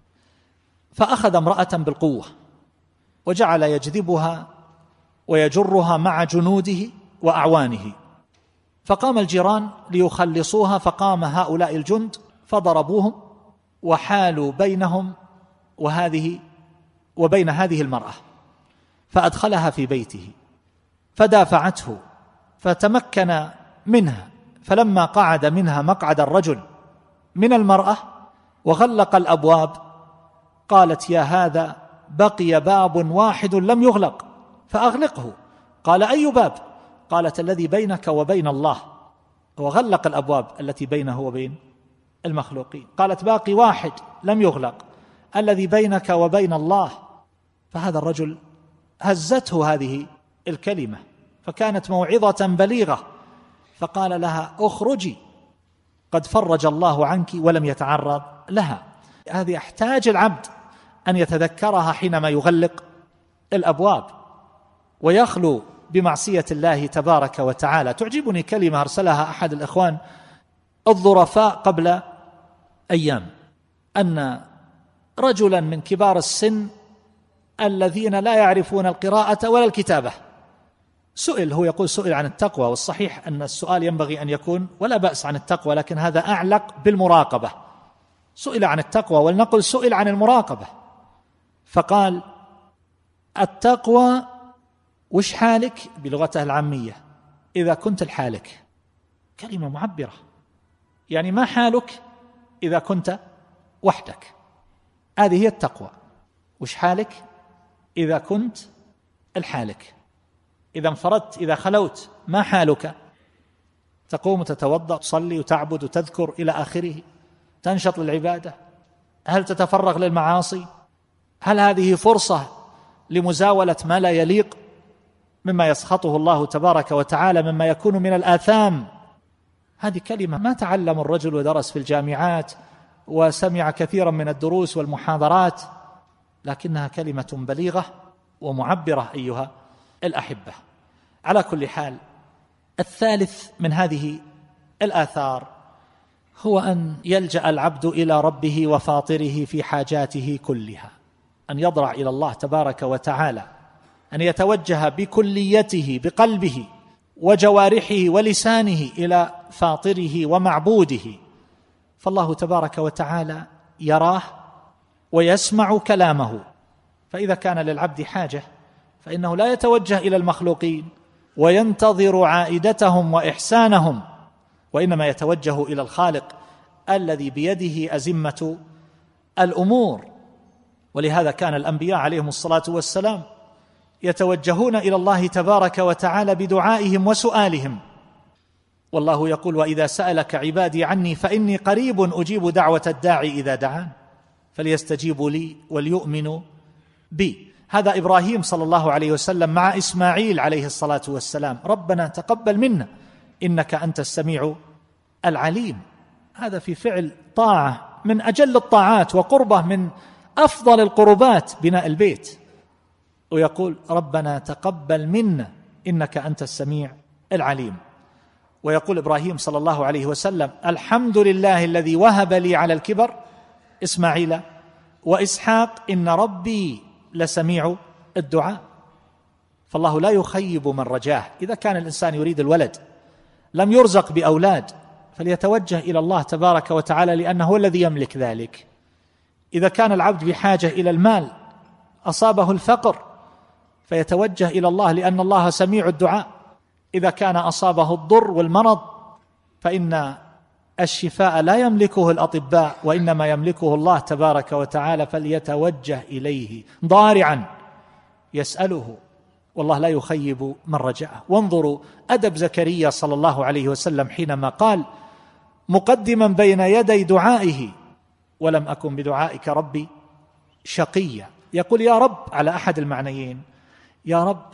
فأخذ امرأة بالقوة وجعل يجذبها ويجرها مع جنوده وأعوانه، فقام الجيران ليخلصوها، فقام هؤلاء الجند فضربوهم وحالوا بينهم وهذه وبين هذه المرأة، فأدخلها في بيته فدافعته فتمكن منها، فلما قعد منها مقعد الرجل من المرأة وغلق الأبواب قالت: يا هذا بقي باب واحد لم يغلق فأغلقه. قال: أي باب؟ قالت: الذي بينك وبين الله. وغلق الأبواب التي بينه وبين المخلوقين. قالت: باقي واحد لم يغلق، الذي بينك وبين الله. فهذا الرجل هزته هذه الكلمة، فكانت موعظة بليغة، فقال لها: اخرجي، قد فرج الله عنك، ولم يتعرض لها. هذه يحتاج العبد أن يتذكرها حينما يغلق الأبواب ويخلو بمعصية الله تبارك وتعالى. تعجبني كلمة أرسلها أحد الإخوان الظرفاء قبل أيام، أن رجلا من كبار السن الذين لا يعرفون القراءة ولا الكتابة سئل، هو يقول سئل عن التقوى، والصحيح أن السؤال ينبغي أن يكون ولا بأس عن التقوى، لكن هذا أعلق بالمراقبة. سئل عن التقوى، ولنقل سئل عن المراقبة، فقال: التقوى وش حالك بلغتها العامية إذا كنت الحالك؟ كلمة معبرة، يعني ما حالك إذا كنت وحدك؟ هذه هي التقوى. وش حالك إذا كنت الحالك؟ إذا انفردت، إذا خلوت، ما حالك؟ تقوم وتتوضأ تصلي وتعبد وتذكر إلى آخره، تنشط للعبادة؟ هل تتفرغ للمعاصي؟ هل هذه فرصة لمزاولة ما لا يليق مما يسخطه الله تبارك وتعالى مما يكون من الآثام؟ هذه كلمة ما تعلم الرجل ودرس في الجامعات وسمع كثيرا من الدروس والمحاضرات، لكنها كلمة بليغة ومعبرة أيها الأحبة. على كل حال، الثالث من هذه الآثار هو أن يلجأ العبد إلى ربه وفاطره في حاجاته كلها، أن يضرع إلى الله تبارك وتعالى، أن يتوجه بكليته بقلبه وجوارحه ولسانه إلى فاطره ومعبوده، فالله تبارك وتعالى يراه ويسمع كلامه. فإذا كان للعبد حاجة فإنه لا يتوجه إلى المخلوقين وينتظر عائدتهم وإحسانهم، وإنما يتوجه إلى الخالق الذي بيده أزمة الأمور. ولهذا كان الأنبياء عليهم الصلاة والسلام يتوجهون إلى الله تبارك وتعالى بدعائهم وسؤالهم، والله يقول: وإذا سألك عبادي عني فإني قريب أجيب دعوة الداعي إذا دعان فليستجيبوا لي وليؤمنوا بي. هذا إبراهيم صلى الله عليه وسلم مع إسماعيل عليه الصلاة والسلام: ربنا تقبل منا إنك أنت السميع العليم. هذا في فعل طاعة من أجل الطاعات وقربة من أفضل القربات بناء البيت، ويقول: ربنا تقبل منا إنك أنت السميع العليم. ويقول إبراهيم صلى الله عليه وسلم: الحمد لله الذي وهب لي على الكبر إسماعيل وإسحاق إن ربي لسميع الدعاء. فالله لا يخيب من رجاه. إذا كان الإنسان يريد الولد لم يرزق بأولاد فليتوجه إلى الله تبارك وتعالى لأنه هو الذي يملك ذلك. إذا كان العبد بحاجة إلى المال أصابه الفقر فيتوجه إلى الله لأن الله سميع الدعاء. إذا كان أصابه الضر والمرض فإن الشفاء لا يملكه الأطباء وإنما يملكه الله تبارك وتعالى، فليتوجه إليه ضارعا يسأله، والله لا يخيب من رجعه. وانظروا أدب زكريا صلى الله عليه وسلم حينما قال مقدما بين يدي دعائه: ولم أكن بدعائك ربي شقيا. يقول يا رب على أحد المعنيين: يا رب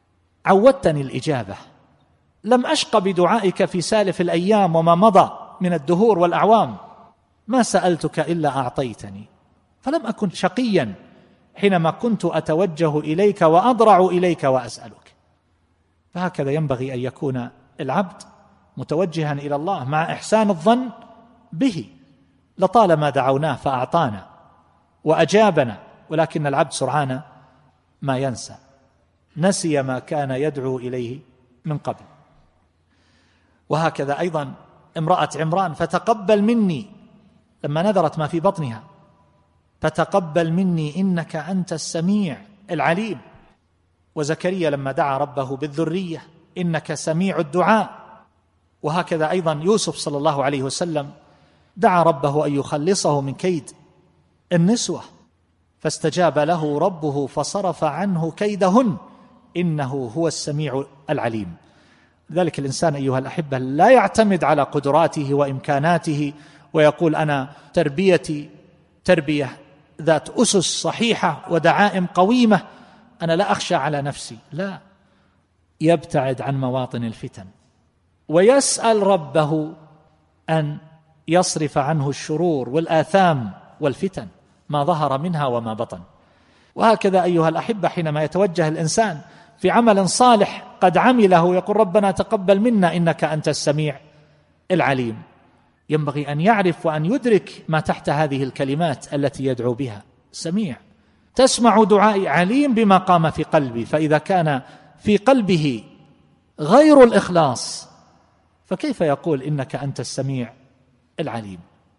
عودتني الإجابة، لم أشق بدعائك في سالف الأيام وما مضى من الدهور والأعوام، ما سألتك إلا أعطيتني، فلم أكن شقيا حينما كنت أتوجه إليك وأضرع إليك وأسألك. فهكذا ينبغي أن يكون العبد متوجها إلى الله مع إحسان الظن به. لطالما دعوناه فأعطانا وأجابنا، ولكن العبد سرعان ما ينسى، نسي ما كان يدعو إليه من قبل. وهكذا أيضا امرأة عمران: فتقبل مني، لما نذرت ما في بطنها: فتقبل مني إنك أنت السميع العليم. وزكريا لما دعا ربه بالذرية: إنك سميع الدعاء. وهكذا أيضا يوسف صلى الله عليه وسلم دعا ربه أن يخلصه من كيد النسوة، فاستجاب له ربه فصرف عنه كيدهن إنه هو السميع العليم. لذلك الإنسان أيها الأحبة لا يعتمد على قدراته وإمكاناته ويقول أنا تربيتي تربية ذات أسس صحيحة ودعائم قويمة، أنا لا أخشى على نفسي. لا، يبتعد عن مواطن الفتن ويسأل ربه أن يصرف عنه الشرور والآثام والفتن ما ظهر منها وما بطن. وهكذا أيها الأحبة حينما يتوجه الإنسان في عمل صالح قد عمله يقول ربنا تقبل منا إنك أنت السميع العليم، ينبغي أن يعرف وأن يدرك ما تحت هذه الكلمات التي يدعو بها: سميع، تسمع دعائي، عليم بما قام في قلبي. فإذا كان في قلبه غير الإخلاص فكيف يقول إنك أنت السميع العليم؟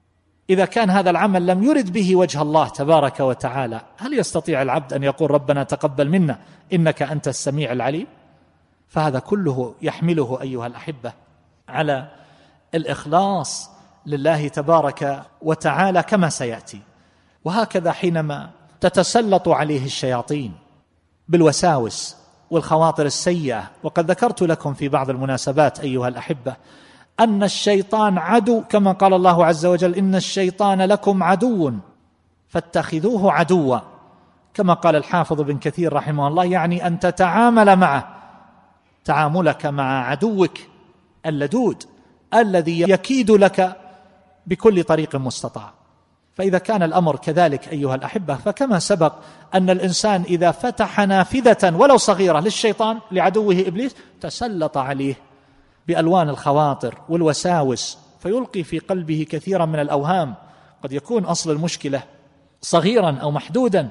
إذا كان هذا العمل لم يرد به وجه الله تبارك وتعالى، هل يستطيع العبد أن يقول ربنا تقبل منا إنك أنت السميع العليم؟ فهذا كله يحمله أيها الأحبة على الإخلاص لله تبارك وتعالى كما سيأتي. وهكذا حينما تتسلط عليه الشياطين بالوساوس والخواطر السيئة، وقد ذكرت لكم في بعض المناسبات أيها الأحبة أن الشيطان عدو، كما قال الله عز وجل إن الشيطان لكم عدو فاتخذوه عدوا، كما قال الحافظ بن كثير رحمه الله، يعني أن تتعامل معه تعاملك مع عدوك اللدود الذي يكيد لك بكل طريق مستطاع. فإذا كان الأمر كذلك أيها الأحبة، فكما سبق أن الإنسان إذا فتح نافذة ولو صغيرة للشيطان لعدوه إبليس تسلط عليه بألوان الخواطر والوساوس، فيلقي في قلبه كثيرا من الأوهام. قد يكون أصل المشكلة صغيرا أو محدودا،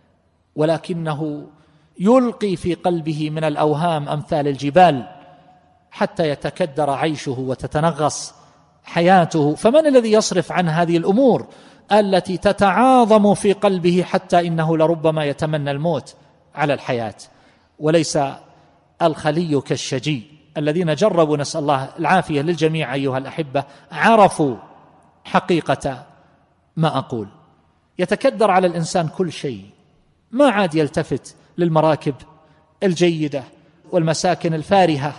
ولكنه يلقي في قلبه من الأوهام أمثال الجبال حتى يتكدر عيشه وتتنغص حياته. فمن الذي يصرف عن هذه الأمور التي تتعاظم في قلبه حتى إنه لربما يتمنى الموت على الحياة؟ وليس الخلي كالشجي. الذين جربوا، نسأل الله العافية للجميع أيها الأحبة، عرفوا حقيقة ما أقول. يتكدر على الإنسان كل شيء، ما عاد يلتفت للمراكب الجيدة والمساكن الفارهة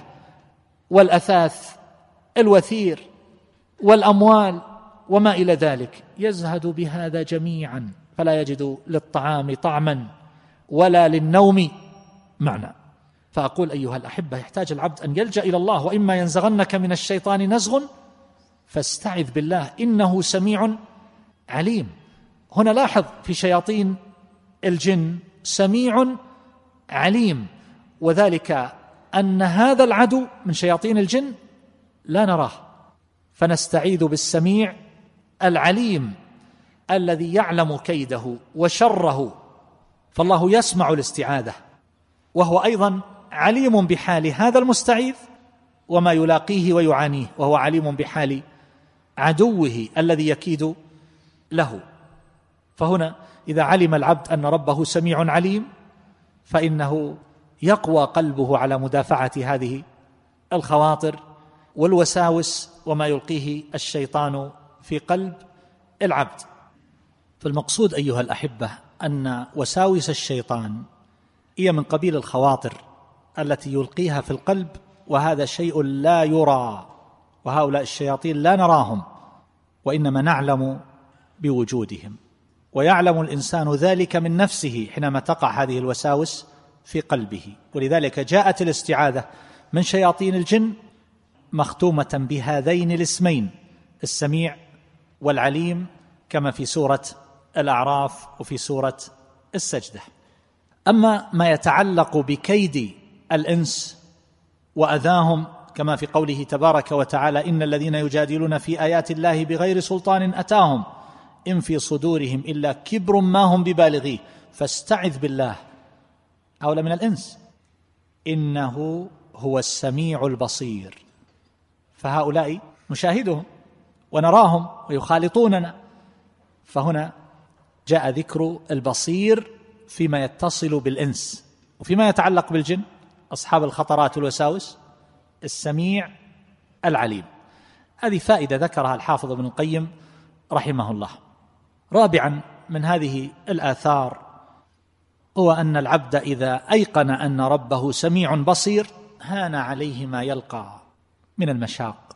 والأثاث الوثير والأموال وما إلى ذلك، يزهد بهذا جميعا، فلا يجد للطعام طعما ولا للنوم معنى. فأقول أيها الأحبة، يحتاج العبد أن يلجأ إلى الله، وإما ينزغنك من الشيطان نزغ فاستعذ بالله إنه سميع عليم. هنا لاحظ في شياطين الجن سميع عليم، وذلك أن هذا العدو من شياطين الجن لا نراه، فنستعيذ بالسميع العليم الذي يعلم كيده وشره. فالله يسمع الاستعاذة، وهو أيضا عليم بحال هذا المستعيذ وما يلاقيه ويعانيه، وهو عليم بحال عدوه الذي يكيد له. فهنا إذا علم العبد أن ربه سميع عليم فإنه يقوى قلبه على مدافعة هذه الخواطر والوساوس وما يلقيه الشيطان في قلب العبد. فالمقصود أيها الأحبة أن وساوس الشيطان هي من قبيل الخواطر التي يلقيها في القلب، وهذا شيء لا يرى، وهؤلاء الشياطين لا نراهم وإنما نعلم بوجودهم، ويعلم الإنسان ذلك من نفسه حينما تقع هذه الوساوس في قلبه. ولذلك جاءت الاستعاذة من شياطين الجن مختومة بهذين الاسمين السميع والعليم، كما في سورة الأعراف وفي سورة السجدة. أما ما يتعلق بكيد الإنس وأذاهم كما في قوله تبارك وتعالى إن الذين يجادلون في آيات الله بغير سلطان أتاهم إن في صدورهم إلا كبر ما هم ببالغيه فاستعذ بالله. هؤلاء من الإنس، إنه هو السميع البصير. فهؤلاء نشاهدهم ونراهم ويخالطوننا، فهنا جاء ذكر البصير فيما يتصل بالإنس. وفيما يتعلق بالجن أصحاب الخطرات والوساوس السميع العليم. هذه فائدة ذكرها الحافظ ابن القيم رحمه الله. رابعا من هذه الآثار هو أن العبد إذا أيقن أن ربه سميع بصير هان عليه ما يلقى من المشاق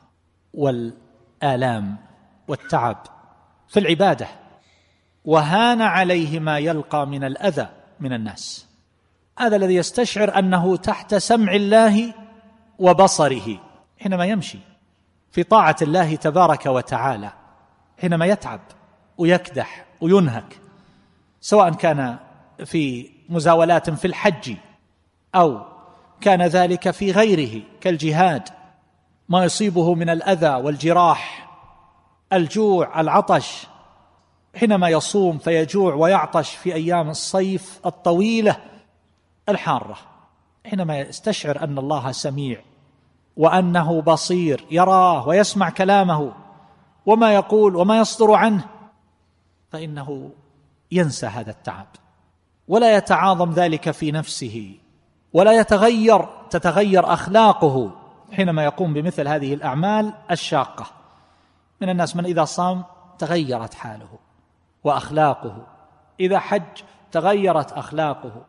والآلام والتعب في العبادة، وهان عليه ما يلقى من الأذى من الناس. هذا الذي يستشعر أنه تحت سمع الله وبصره حينما يمشي في طاعة الله تبارك وتعالى، حينما يتعب ويكدح وينهك، سواء كان في مزاولات في الحج أو كان ذلك في غيره كالجهاد، ما يصيبه من الأذى والجراح، الجوع، العطش، حينما يصوم فيجوع ويعطش في أيام الصيف الطويلة الحارة، حينما يستشعر أن الله سميع وأنه بصير يراه ويسمع كلامه وما يقول وما يصدر عنه، فإنه ينسى هذا التعب ولا يتعاظم ذلك في نفسه ولا يتغير تتغير أخلاقه حينما يقوم بمثل هذه الأعمال الشاقة. من الناس من إذا صام تغيرت حاله وأخلاقه، إذا حج تغيرت أخلاقه،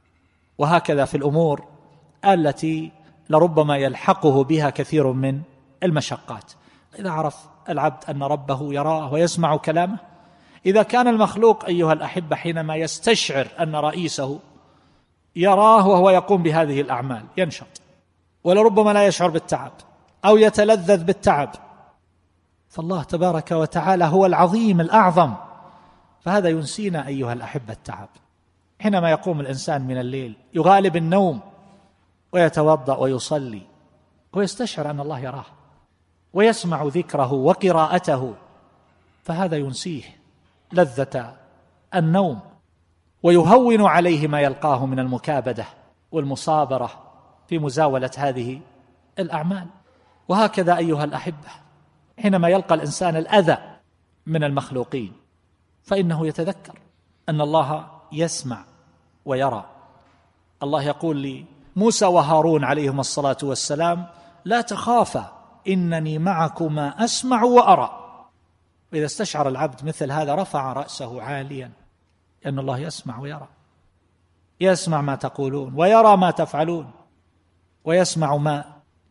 وهكذا في الأمور التي لربما يلحقه بها كثير من المشقات. إذا عرف العبد أن ربه يراه ويسمع كلامه، إذا كان المخلوق أيها الأحبة حينما يستشعر أن رئيسه يراه وهو يقوم بهذه الأعمال ينشط، ولربما لا يشعر بالتعب أو يتلذذ بالتعب، فالله تبارك وتعالى هو العظيم الأعظم، فهذا ينسينا أيها الأحبة التعب. حينما يقوم الإنسان من الليل يغالب النوم ويتوضأ ويصلي ويستشعر أن الله يراه ويسمع ذكره وقراءته، فهذا ينسيه لذة النوم ويهون عليه ما يلقاه من المكابدة والمصابرة في مزاولة هذه الأعمال. وهكذا أيها الأحبة حينما يلقى الإنسان الأذى من المخلوقين فإنه يتذكر أن الله يسمع ويرى. الله يقول لموسى وهارون عليهما الصلاة والسلام: لا تخافا إنني معكما أسمع وأرى. وإذا استشعر العبد مثل هذا رفع رأسه عاليا، لأن الله يسمع ويرى، يسمع ما تقولون ويرى ما تفعلون ويسمع ما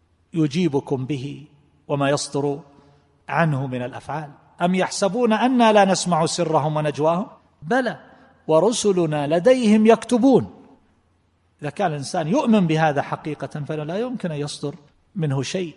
يجيبكم به وما يصدر عنه من الأفعال. أم يحسبون أنا لا نسمع سرهم ونجواهم بلى ورسلنا لديهم يكتبون. إذا كان الإنسان يؤمن بهذا حقيقة فلا يمكن أن يصدر منه شيء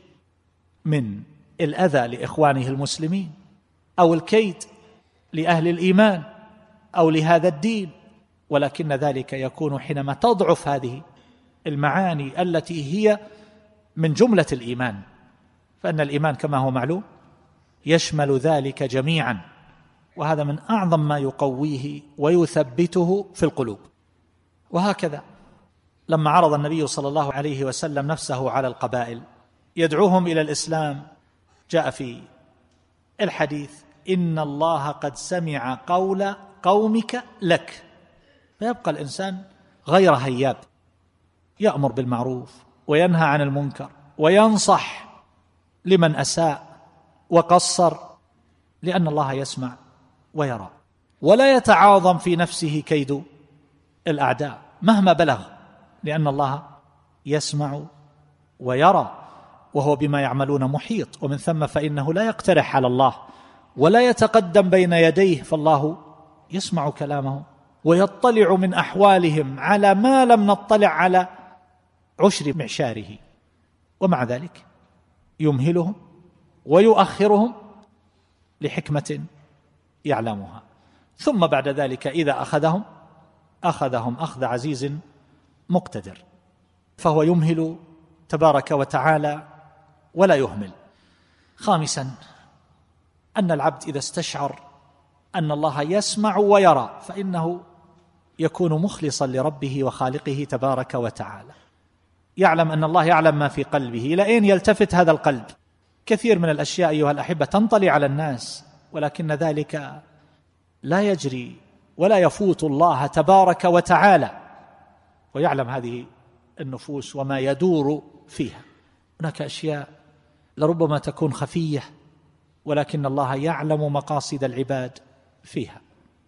من الأذى لإخوانه المسلمين أو الكيد لأهل الإيمان أو لهذا الدين، ولكن ذلك يكون حينما تضعف هذه المعاني التي هي من جملة الإيمان، فإن الإيمان كما هو معلوم يشمل ذلك جميعا، وهذا من أعظم ما يقويه ويثبته في القلوب. وهكذا لما عرض النبي صلى الله عليه وسلم نفسه على القبائل يدعوهم إلى الإسلام، جاء في الحديث: إن الله قد سمع قول قومك لك. فيبقى الإنسان غير هياب، يأمر بالمعروف وينهى عن المنكر وينصح لمن أساء وقصر، لأن الله يسمع ويرى، ولا يتعاظم في نفسه كيد الأعداء مهما بلغ، لأن الله يسمع ويرى وهو بما يعملون محيط، ومن ثم فإنه لا يقترح على الله ولا يتقدم بين يديه، فالله يسمع كلامهم ويطلع من أحوالهم على ما لم نطلع على عشر معشاره، ومع ذلك يمهلهم ويؤخرهم لحكمة يعلمها، ثم بعد ذلك إذا أخذهم أخذهم أخذ عزيز مقتدر، فهو يمهل تبارك وتعالى ولا يهمل. خامسا أن العبد إذا استشعر أن الله يسمع ويرى فإنه يكون مخلصا لربه وخالقه تبارك وتعالى، يعلم أن الله يعلم ما في قلبه. إلى أين يلتفت هذا القلب؟ كثير من الأشياء أيها الأحبة تنطلي على الناس، ولكن ذلك لا يجري ولا يفوت الله تبارك وتعالى، ويعلم هذه النفوس وما يدور فيها. هناك أشياء لربما تكون خفية، ولكن الله يعلم مقاصد العباد فيها.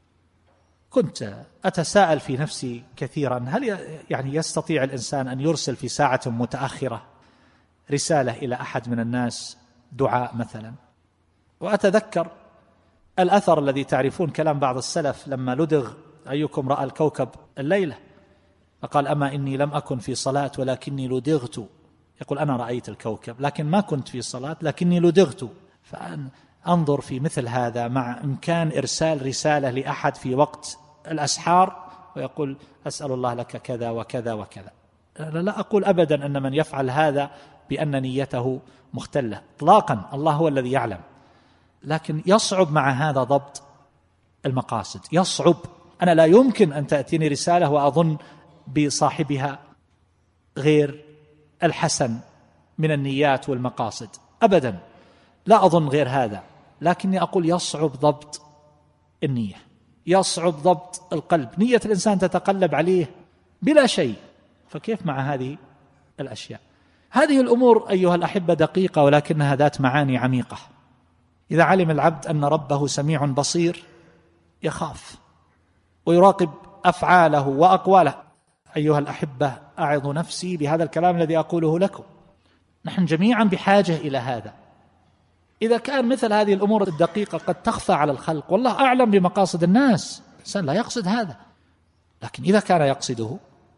كنت أتساءل في نفسي كثيرا: هل يعني يستطيع الإنسان أن يرسل في ساعة متأخرة رسالة إلى أحد من الناس، دعاء مثلا؟ وأتذكر الأثر الذي تعرفون كلام بعض السلف لما لدغ: أيكم رأى الكوكب الليلة؟ فقال: أما إني لم أكن في صلاة ولكني لدغت. يقول: أنا رأيت الكوكب لكن ما كنت في صلاة لكني لدغت. فأنظر في مثل هذا مع إمكان إرسال رسالة لأحد في وقت الأسحار ويقول: أسأل الله لك كذا وكذا وكذا. لا أقول أبدا أن من يفعل هذا بأن نيته مختلة إطلاقا، الله هو الذي يعلم، لكن يصعب مع هذا ضبط المقاصد، يصعب. أنا لا يمكن أن تأتيني رسالة وأظن بصاحبها غير الحسن من النيات والمقاصد، أبدا لا أظن غير هذا، لكني أقول يصعب ضبط النية، يصعب ضبط القلب. نية الإنسان تتقلب عليه بلا شيء، فكيف مع هذه الأشياء؟ هذه الأمور أيها الأحبة دقيقة، ولكنها ذات معاني عميقة. إذا علم العبد أن ربه سميع بصير يخاف ويراقب أفعاله وأقواله. أيها الأحبة، أعظ نفسي بهذا الكلام الذي أقوله لكم، نحن جميعا بحاجة إلى هذا. إذا كان مثل هذه الأمور الدقيقة قد تخفى على الخلق، والله أعلم بمقاصد الناس، الإنسان لا يقصد هذا، لكن إذا كان يقصده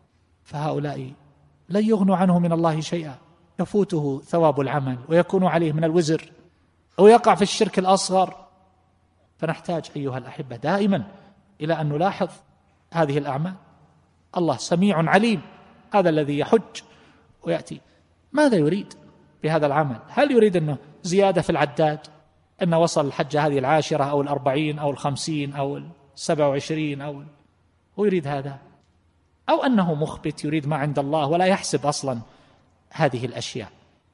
فهؤلاء لن يغنوا عنه من الله شيئا، يفوته ثواب العمل ويكون عليه من الوزر أو يقع في الشرك الأصغر. فنحتاج أيها الأحبة دائما إلى أن نلاحظ هذه الأعمال. الله سميع عليم، هذا الذي يحج ويأتي ماذا يريد بهذا العمل؟ هل يريد أنه زيادة في العداد، أنه وصل الحج هذه العاشرة أو الأربعين أو الخمسين أو السبع وعشرين، أو هو يريد هذا؟ أو أنه مخبت يريد ما عند الله ولا يحسب أصلا هذه الأشياء؟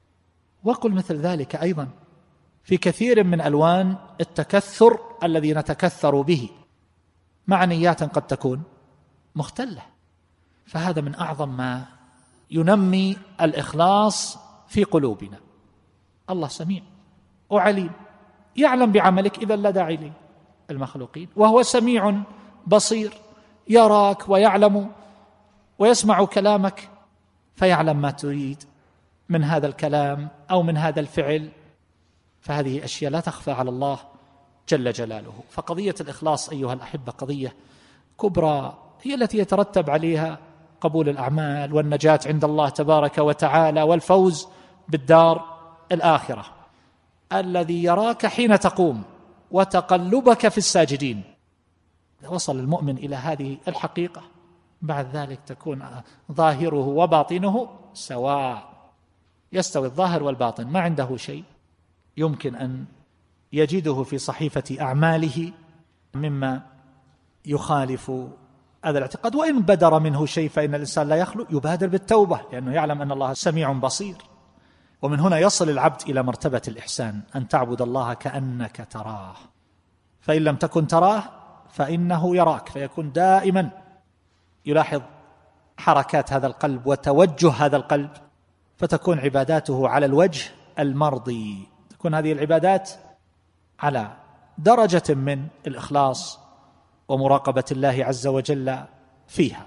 وقل مثل ذلك أيضا في كثير من ألوان التكثر الذي نتكثر به مع نيات قد تكون مختلة. فهذا من أعظم ما ينمي الإخلاص في قلوبنا. الله سميع وعليم، يعلم بعملك، إذا لا داعي للمخلوقين، وهو سميع بصير، يراك ويعلم ويسمع كلامك، فيعلم ما تريد من هذا الكلام أو من هذا الفعل. فهذه أشياء لا تخفى على الله جل جلاله. فقضية الإخلاص أيها الأحبة قضية كبرى، هي التي يترتب عليها قبول الأعمال والنجاة عند الله تبارك وتعالى والفوز بالدار الآخرة. الذي يراك حين تقوم وتقلبك في الساجدين، إذا وصل المؤمن إلى هذه الحقيقة بعد ذلك تكون ظاهره وباطنه سواء، يستوي الظاهر والباطن، ما عنده شيء يمكن أن يجده في صحيفة أعماله مما يخالف هذا الاعتقاد. وإن بدر منه شيء فإن الإنسان لا يخلو يبادر بالتوبة، لأنه يعلم أن الله سميع بصير. ومن هنا يصل العبد إلى مرتبة الإحسان، أن تعبد الله كأنك تراه، فإن لم تكن تراه فإنه يراك، فيكون دائما يلاحظ حركات هذا القلب وتوجه هذا القلب، فتكون عباداته على الوجه المرضي، تكون هذه العبادات على درجة من الإخلاص ومراقبة الله عز وجل فيها،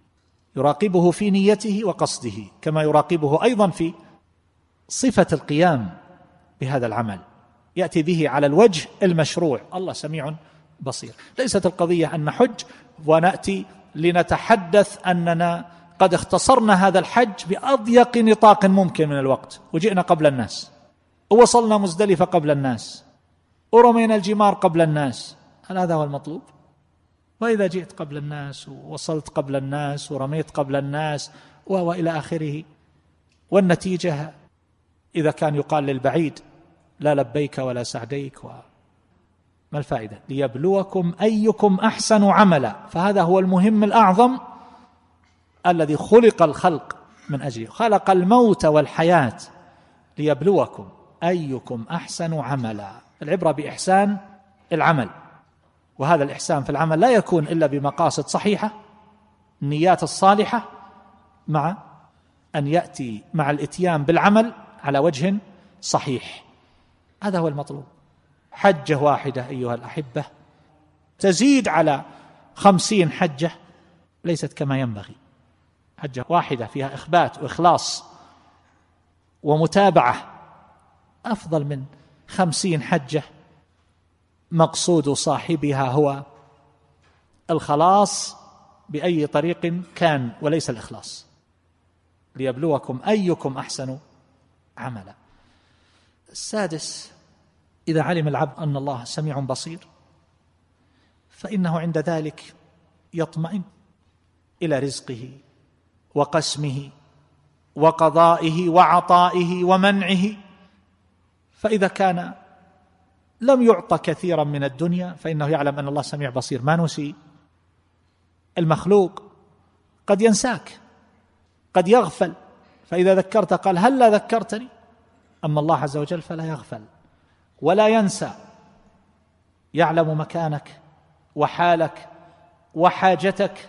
يراقبه في نيته وقصده، كما يراقبه أيضا في صفة القيام بهذا العمل، يأتي به على الوجه المشروع. الله سميع بصير. ليست القضية أن نحج ونأتي لنتحدث أننا قد اختصرنا هذا الحج بأضيق نطاق ممكن من الوقت، وجئنا قبل الناس، ووصلنا مزدلفة قبل الناس، ورمينا الجمار قبل الناس. هل هذا هو المطلوب؟ وإذا جئت قبل الناس ووصلت قبل الناس ورميت قبل الناس وإلى آخره، والنتيجة إذا كان يقال للبعيد لا لبيك ولا سعديك، وما الفائدة؟ ليبلوكم أيكم أحسن عملا. فهذا هو المهم الأعظم الذي خلق الخلق من أجله، خلق الموت والحياة ليبلوكم أيكم أحسن عملا. العبرة بإحسان العمل، وهذا الإحسان في العمل لا يكون إلا بمقاصد صحيحة، النيات الصالحة، مع أن يأتي مع الإتيان بالعمل على وجه صحيح. هذا هو المطلوب. حجة واحدة أيها الأحبة تزيد على خمسين حجة ليست كما ينبغي. حجة واحدة فيها إخبات وإخلاص ومتابعة أفضل من خمسين حجة مقصود صاحبها هو الخلاص بأي طريق كان وليس الإخلاص. ليبلوكم أيكم أحسن عملا. السادس، إذا علم العبد أن الله سميع بصير فإنه عند ذلك يطمئن إلى رزقه وقسمه وقضائه وعطائه ومنعه. فإذا كان لم يعطى كثيرا من الدنيا فإنه يعلم أن الله سميع بصير، ما نسي. المخلوق قد ينساك، قد يغفل، فإذا ذكرت قال هل لا ذكرتني؟ أما الله عز وجل فلا يغفل ولا ينسى، يعلم مكانك وحالك وحاجتك،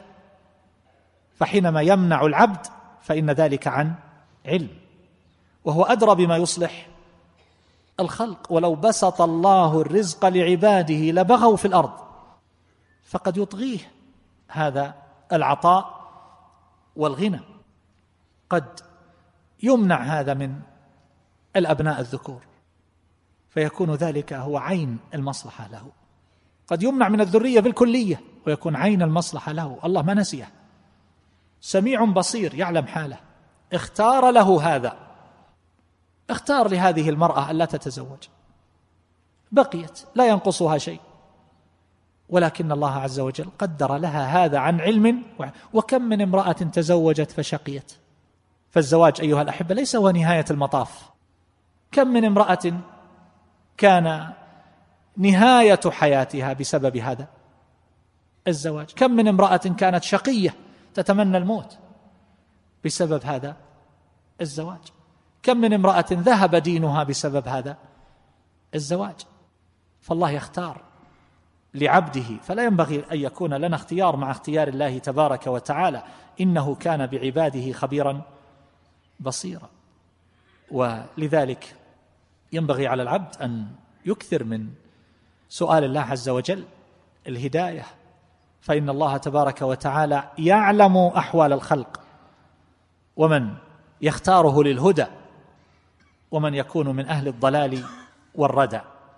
فحينما يمنع العبد فإن ذلك عن علم، وهو أدرى بما يصلح الخلق. ولو بسط الله الرزق لعباده لبغوا في الأرض، فقد يطغيه هذا العطاء والغنى. قد يمنع هذا من الأبناء الذكور فيكون ذلك هو عين المصلحة له، قد يمنع من الذرية بالكلية ويكون عين المصلحة له. الله ما نسيه، سميع بصير يعلم حاله، اختار له هذا، اختار لهذه المرأة ألا تتزوج، بقيت لا ينقصها شيء، ولكن الله عز وجل قدر لها هذا عن علم. وكم من امرأة تزوجت فشقيت. فالزواج أيها الأحبة ليس هو نهاية المطاف. كم من امرأة كان نهاية حياتها بسبب هذا الزواج، كم من امرأة كانت شقية تتمنى الموت بسبب هذا الزواج، كم من امرأة ذهب دينها بسبب هذا الزواج. فالله يختار لعبده، فلا ينبغي أن يكون لنا اختيار مع اختيار الله تبارك وتعالى، إنه كان بعباده خبيرا بصيرا. ولذلك ينبغي على العبد أن يكثر من سؤال الله عز وجل الهداية، فإن الله تبارك وتعالى يعلم أحوال الخلق، ومن يختاره للهدى ومن يكون من أهل الضلال والردى.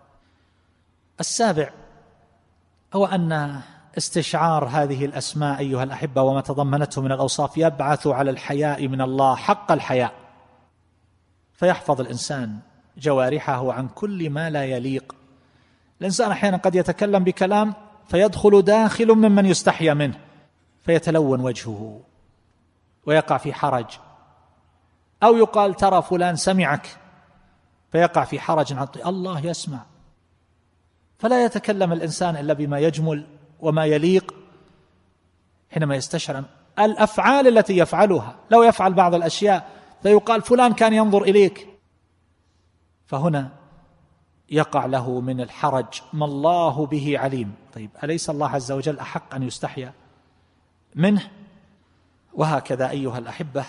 السابع هو أن استشعار هذه الأسماء أيها الأحبة وما تضمنته من الأوصاف يبعث على الحياء من الله حق الحياء، فيحفظ الإنسان جوارحه عن كل ما لا يليق. الإنسان أحيانا قد يتكلم بكلام فيدخل داخل ممن يستحيا منه فيتلون وجهه ويقع في حرج، أو يقال ترى فلان سمعك فيقع في حرج عطي الله يسمع. فلا يتكلم الإنسان إلا بما يجمل وما يليق حينما يستشعر الأفعال التي يفعلها. لو يفعل بعض الأشياء فيقال فلان كان ينظر إليك، فهنا يقع له من الحرج ما الله به عليم. طيب أليس الله عز وجل أحق أن يستحيا منه؟ وهكذا أيها الأحبة.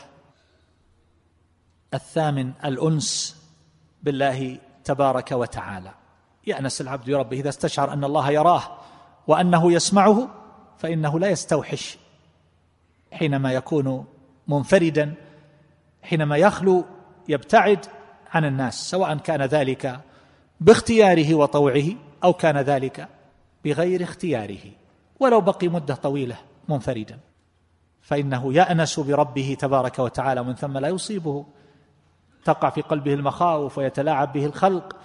الثامن الأنس بالله تبارك وتعالى. يأنس العبد بربه إذا استشعر أن الله يراه وأنه يسمعه، فإنه لا يستوحش حينما يكون منفردا، حينما يخلو يبتعد عن الناس، سواء كان ذلك باختياره وطوعه أو كان ذلك بغير اختياره، ولو بقي مدة طويلة منفردا، فإنه يأنس بربه تبارك وتعالى، من ثم لا يصيبه، تقع في قلبه المخاوف ويتلاعب به الخلق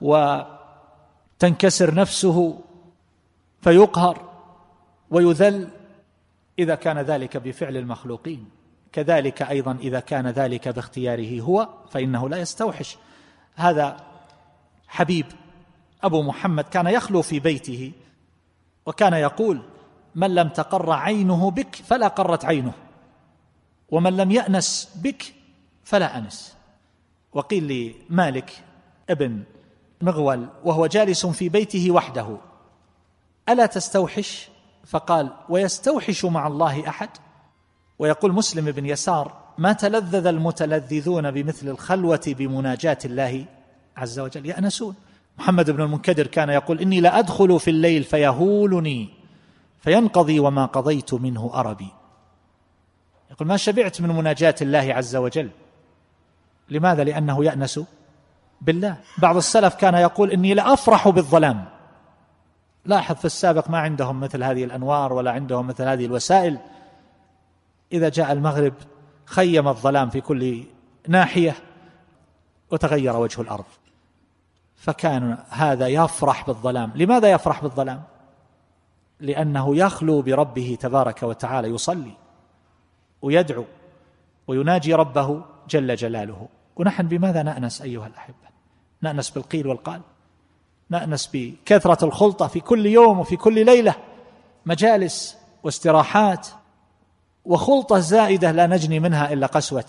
وتنكسر نفسه فيقهر ويذل إذا كان ذلك بفعل المخلوقين. كذلك أيضا إذا كان ذلك باختياره هو فإنه لا يستوحش. هذا حبيب أبو محمد كان يخلو في بيته وكان يقول: من لم تقر عينه بك فلا قرت عينه، ومن لم يأنس بك فلا أنس. وقيل لمالك ابن مغول وهو جالس في بيته وحده: ألا تستوحش؟ فقال: ويستوحش مع الله أحد؟ ويقول مسلم بن يسار: ما تلذذ المتلذذون بمثل الخلوة بمناجاة الله عز وجل، يأنسون. محمد بن المنكدر كان يقول: إني لأدخل في الليل فيهولني فينقضي وما قضيت منه أربي. يقول: ما شبعت من مناجاة الله عز وجل. لماذا؟ لأنه يأنس بالله. بعض السلف كان يقول: إني لأفرح بالظلام. لاحظ في السابق ما عندهم مثل هذه الأنوار ولا عندهم مثل هذه الوسائل. إذا جاء المغرب خيم الظلام في كل ناحية وتغير وجه الأرض، فكان هذا يفرح بالظلام. لماذا يفرح بالظلام؟ لأنه يخلو بربه تبارك وتعالى، يصلي ويدعو ويناجي ربه جل جلاله. ونحن بماذا نأنس أيها الأحبة؟ نأنس بالقيل والقال، نأنس بكثرة الخلطة في كل يوم وفي كل ليلة، مجالس واستراحات وخلطة زائدة لا نجني منها إلا قسوة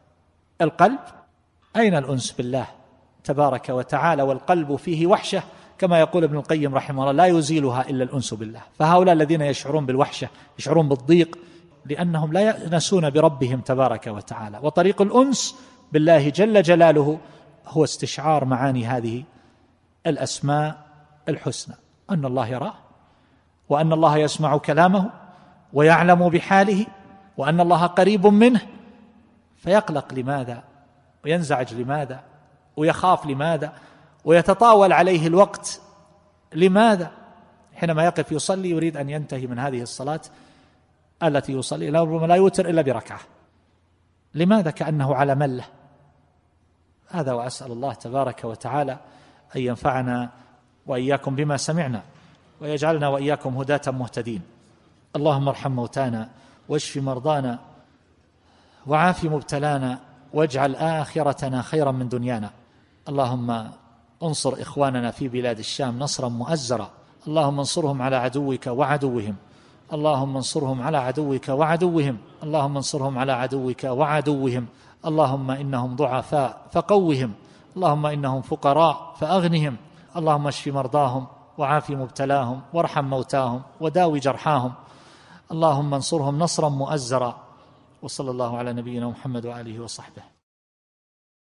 القلب. أين الأنس بالله تبارك وتعالى والقلب فيه وحشة كما يقول ابن القيم رحمه الله لا يزيلها إلا الأنس بالله. فهؤلاء الذين يشعرون بالوحشة يشعرون بالضيق لأنهم لا يأنسون بربهم تبارك وتعالى، وطريق الأنس بالله جل جلاله هو استشعار معاني هذه الأسماء الحسنى، أن الله يراه، وأن الله يسمع كلامه ويعلم بحاله، وأن الله قريب منه، فيقلق لماذا؟ وينزعج لماذا؟ ويخاف لماذا؟ ويتطاول عليه الوقت لماذا؟ حينما يقف يصلي يريد أن ينتهي من هذه الصلاة التي يصلي لا يوتر إلا بركعة، لماذا؟ كأنه على ملة. هذا، وأسأل الله تبارك وتعالى أن ينفعنا وإياكم بما سمعنا ويجعلنا وإياكم هداة مهتدين. اللهم ارحم موتانا واشف مرضانا وعاف مبتلانا واجعل آخرتنا خيرا من دنيانا. اللهم انصر إخواننا في بلاد الشام نصرا مؤزرا، اللهم انصرهم على عدوك وعدوهم، اللهم انصرهم على عدوك وعدوهم، اللهم انصرهم على عدوك وعدوهم. اللهم إنهم ضعفاء فقوهم، اللهم إنهم فقراء فأغنهم، اللهم اشف مرضاهم وعاف مبتلاهم وارحم موتاهم وداوي جرحاهم، اللهم انصرهم نصرا مؤزرا. وصلى الله على نبينا محمد وآله وصحبه.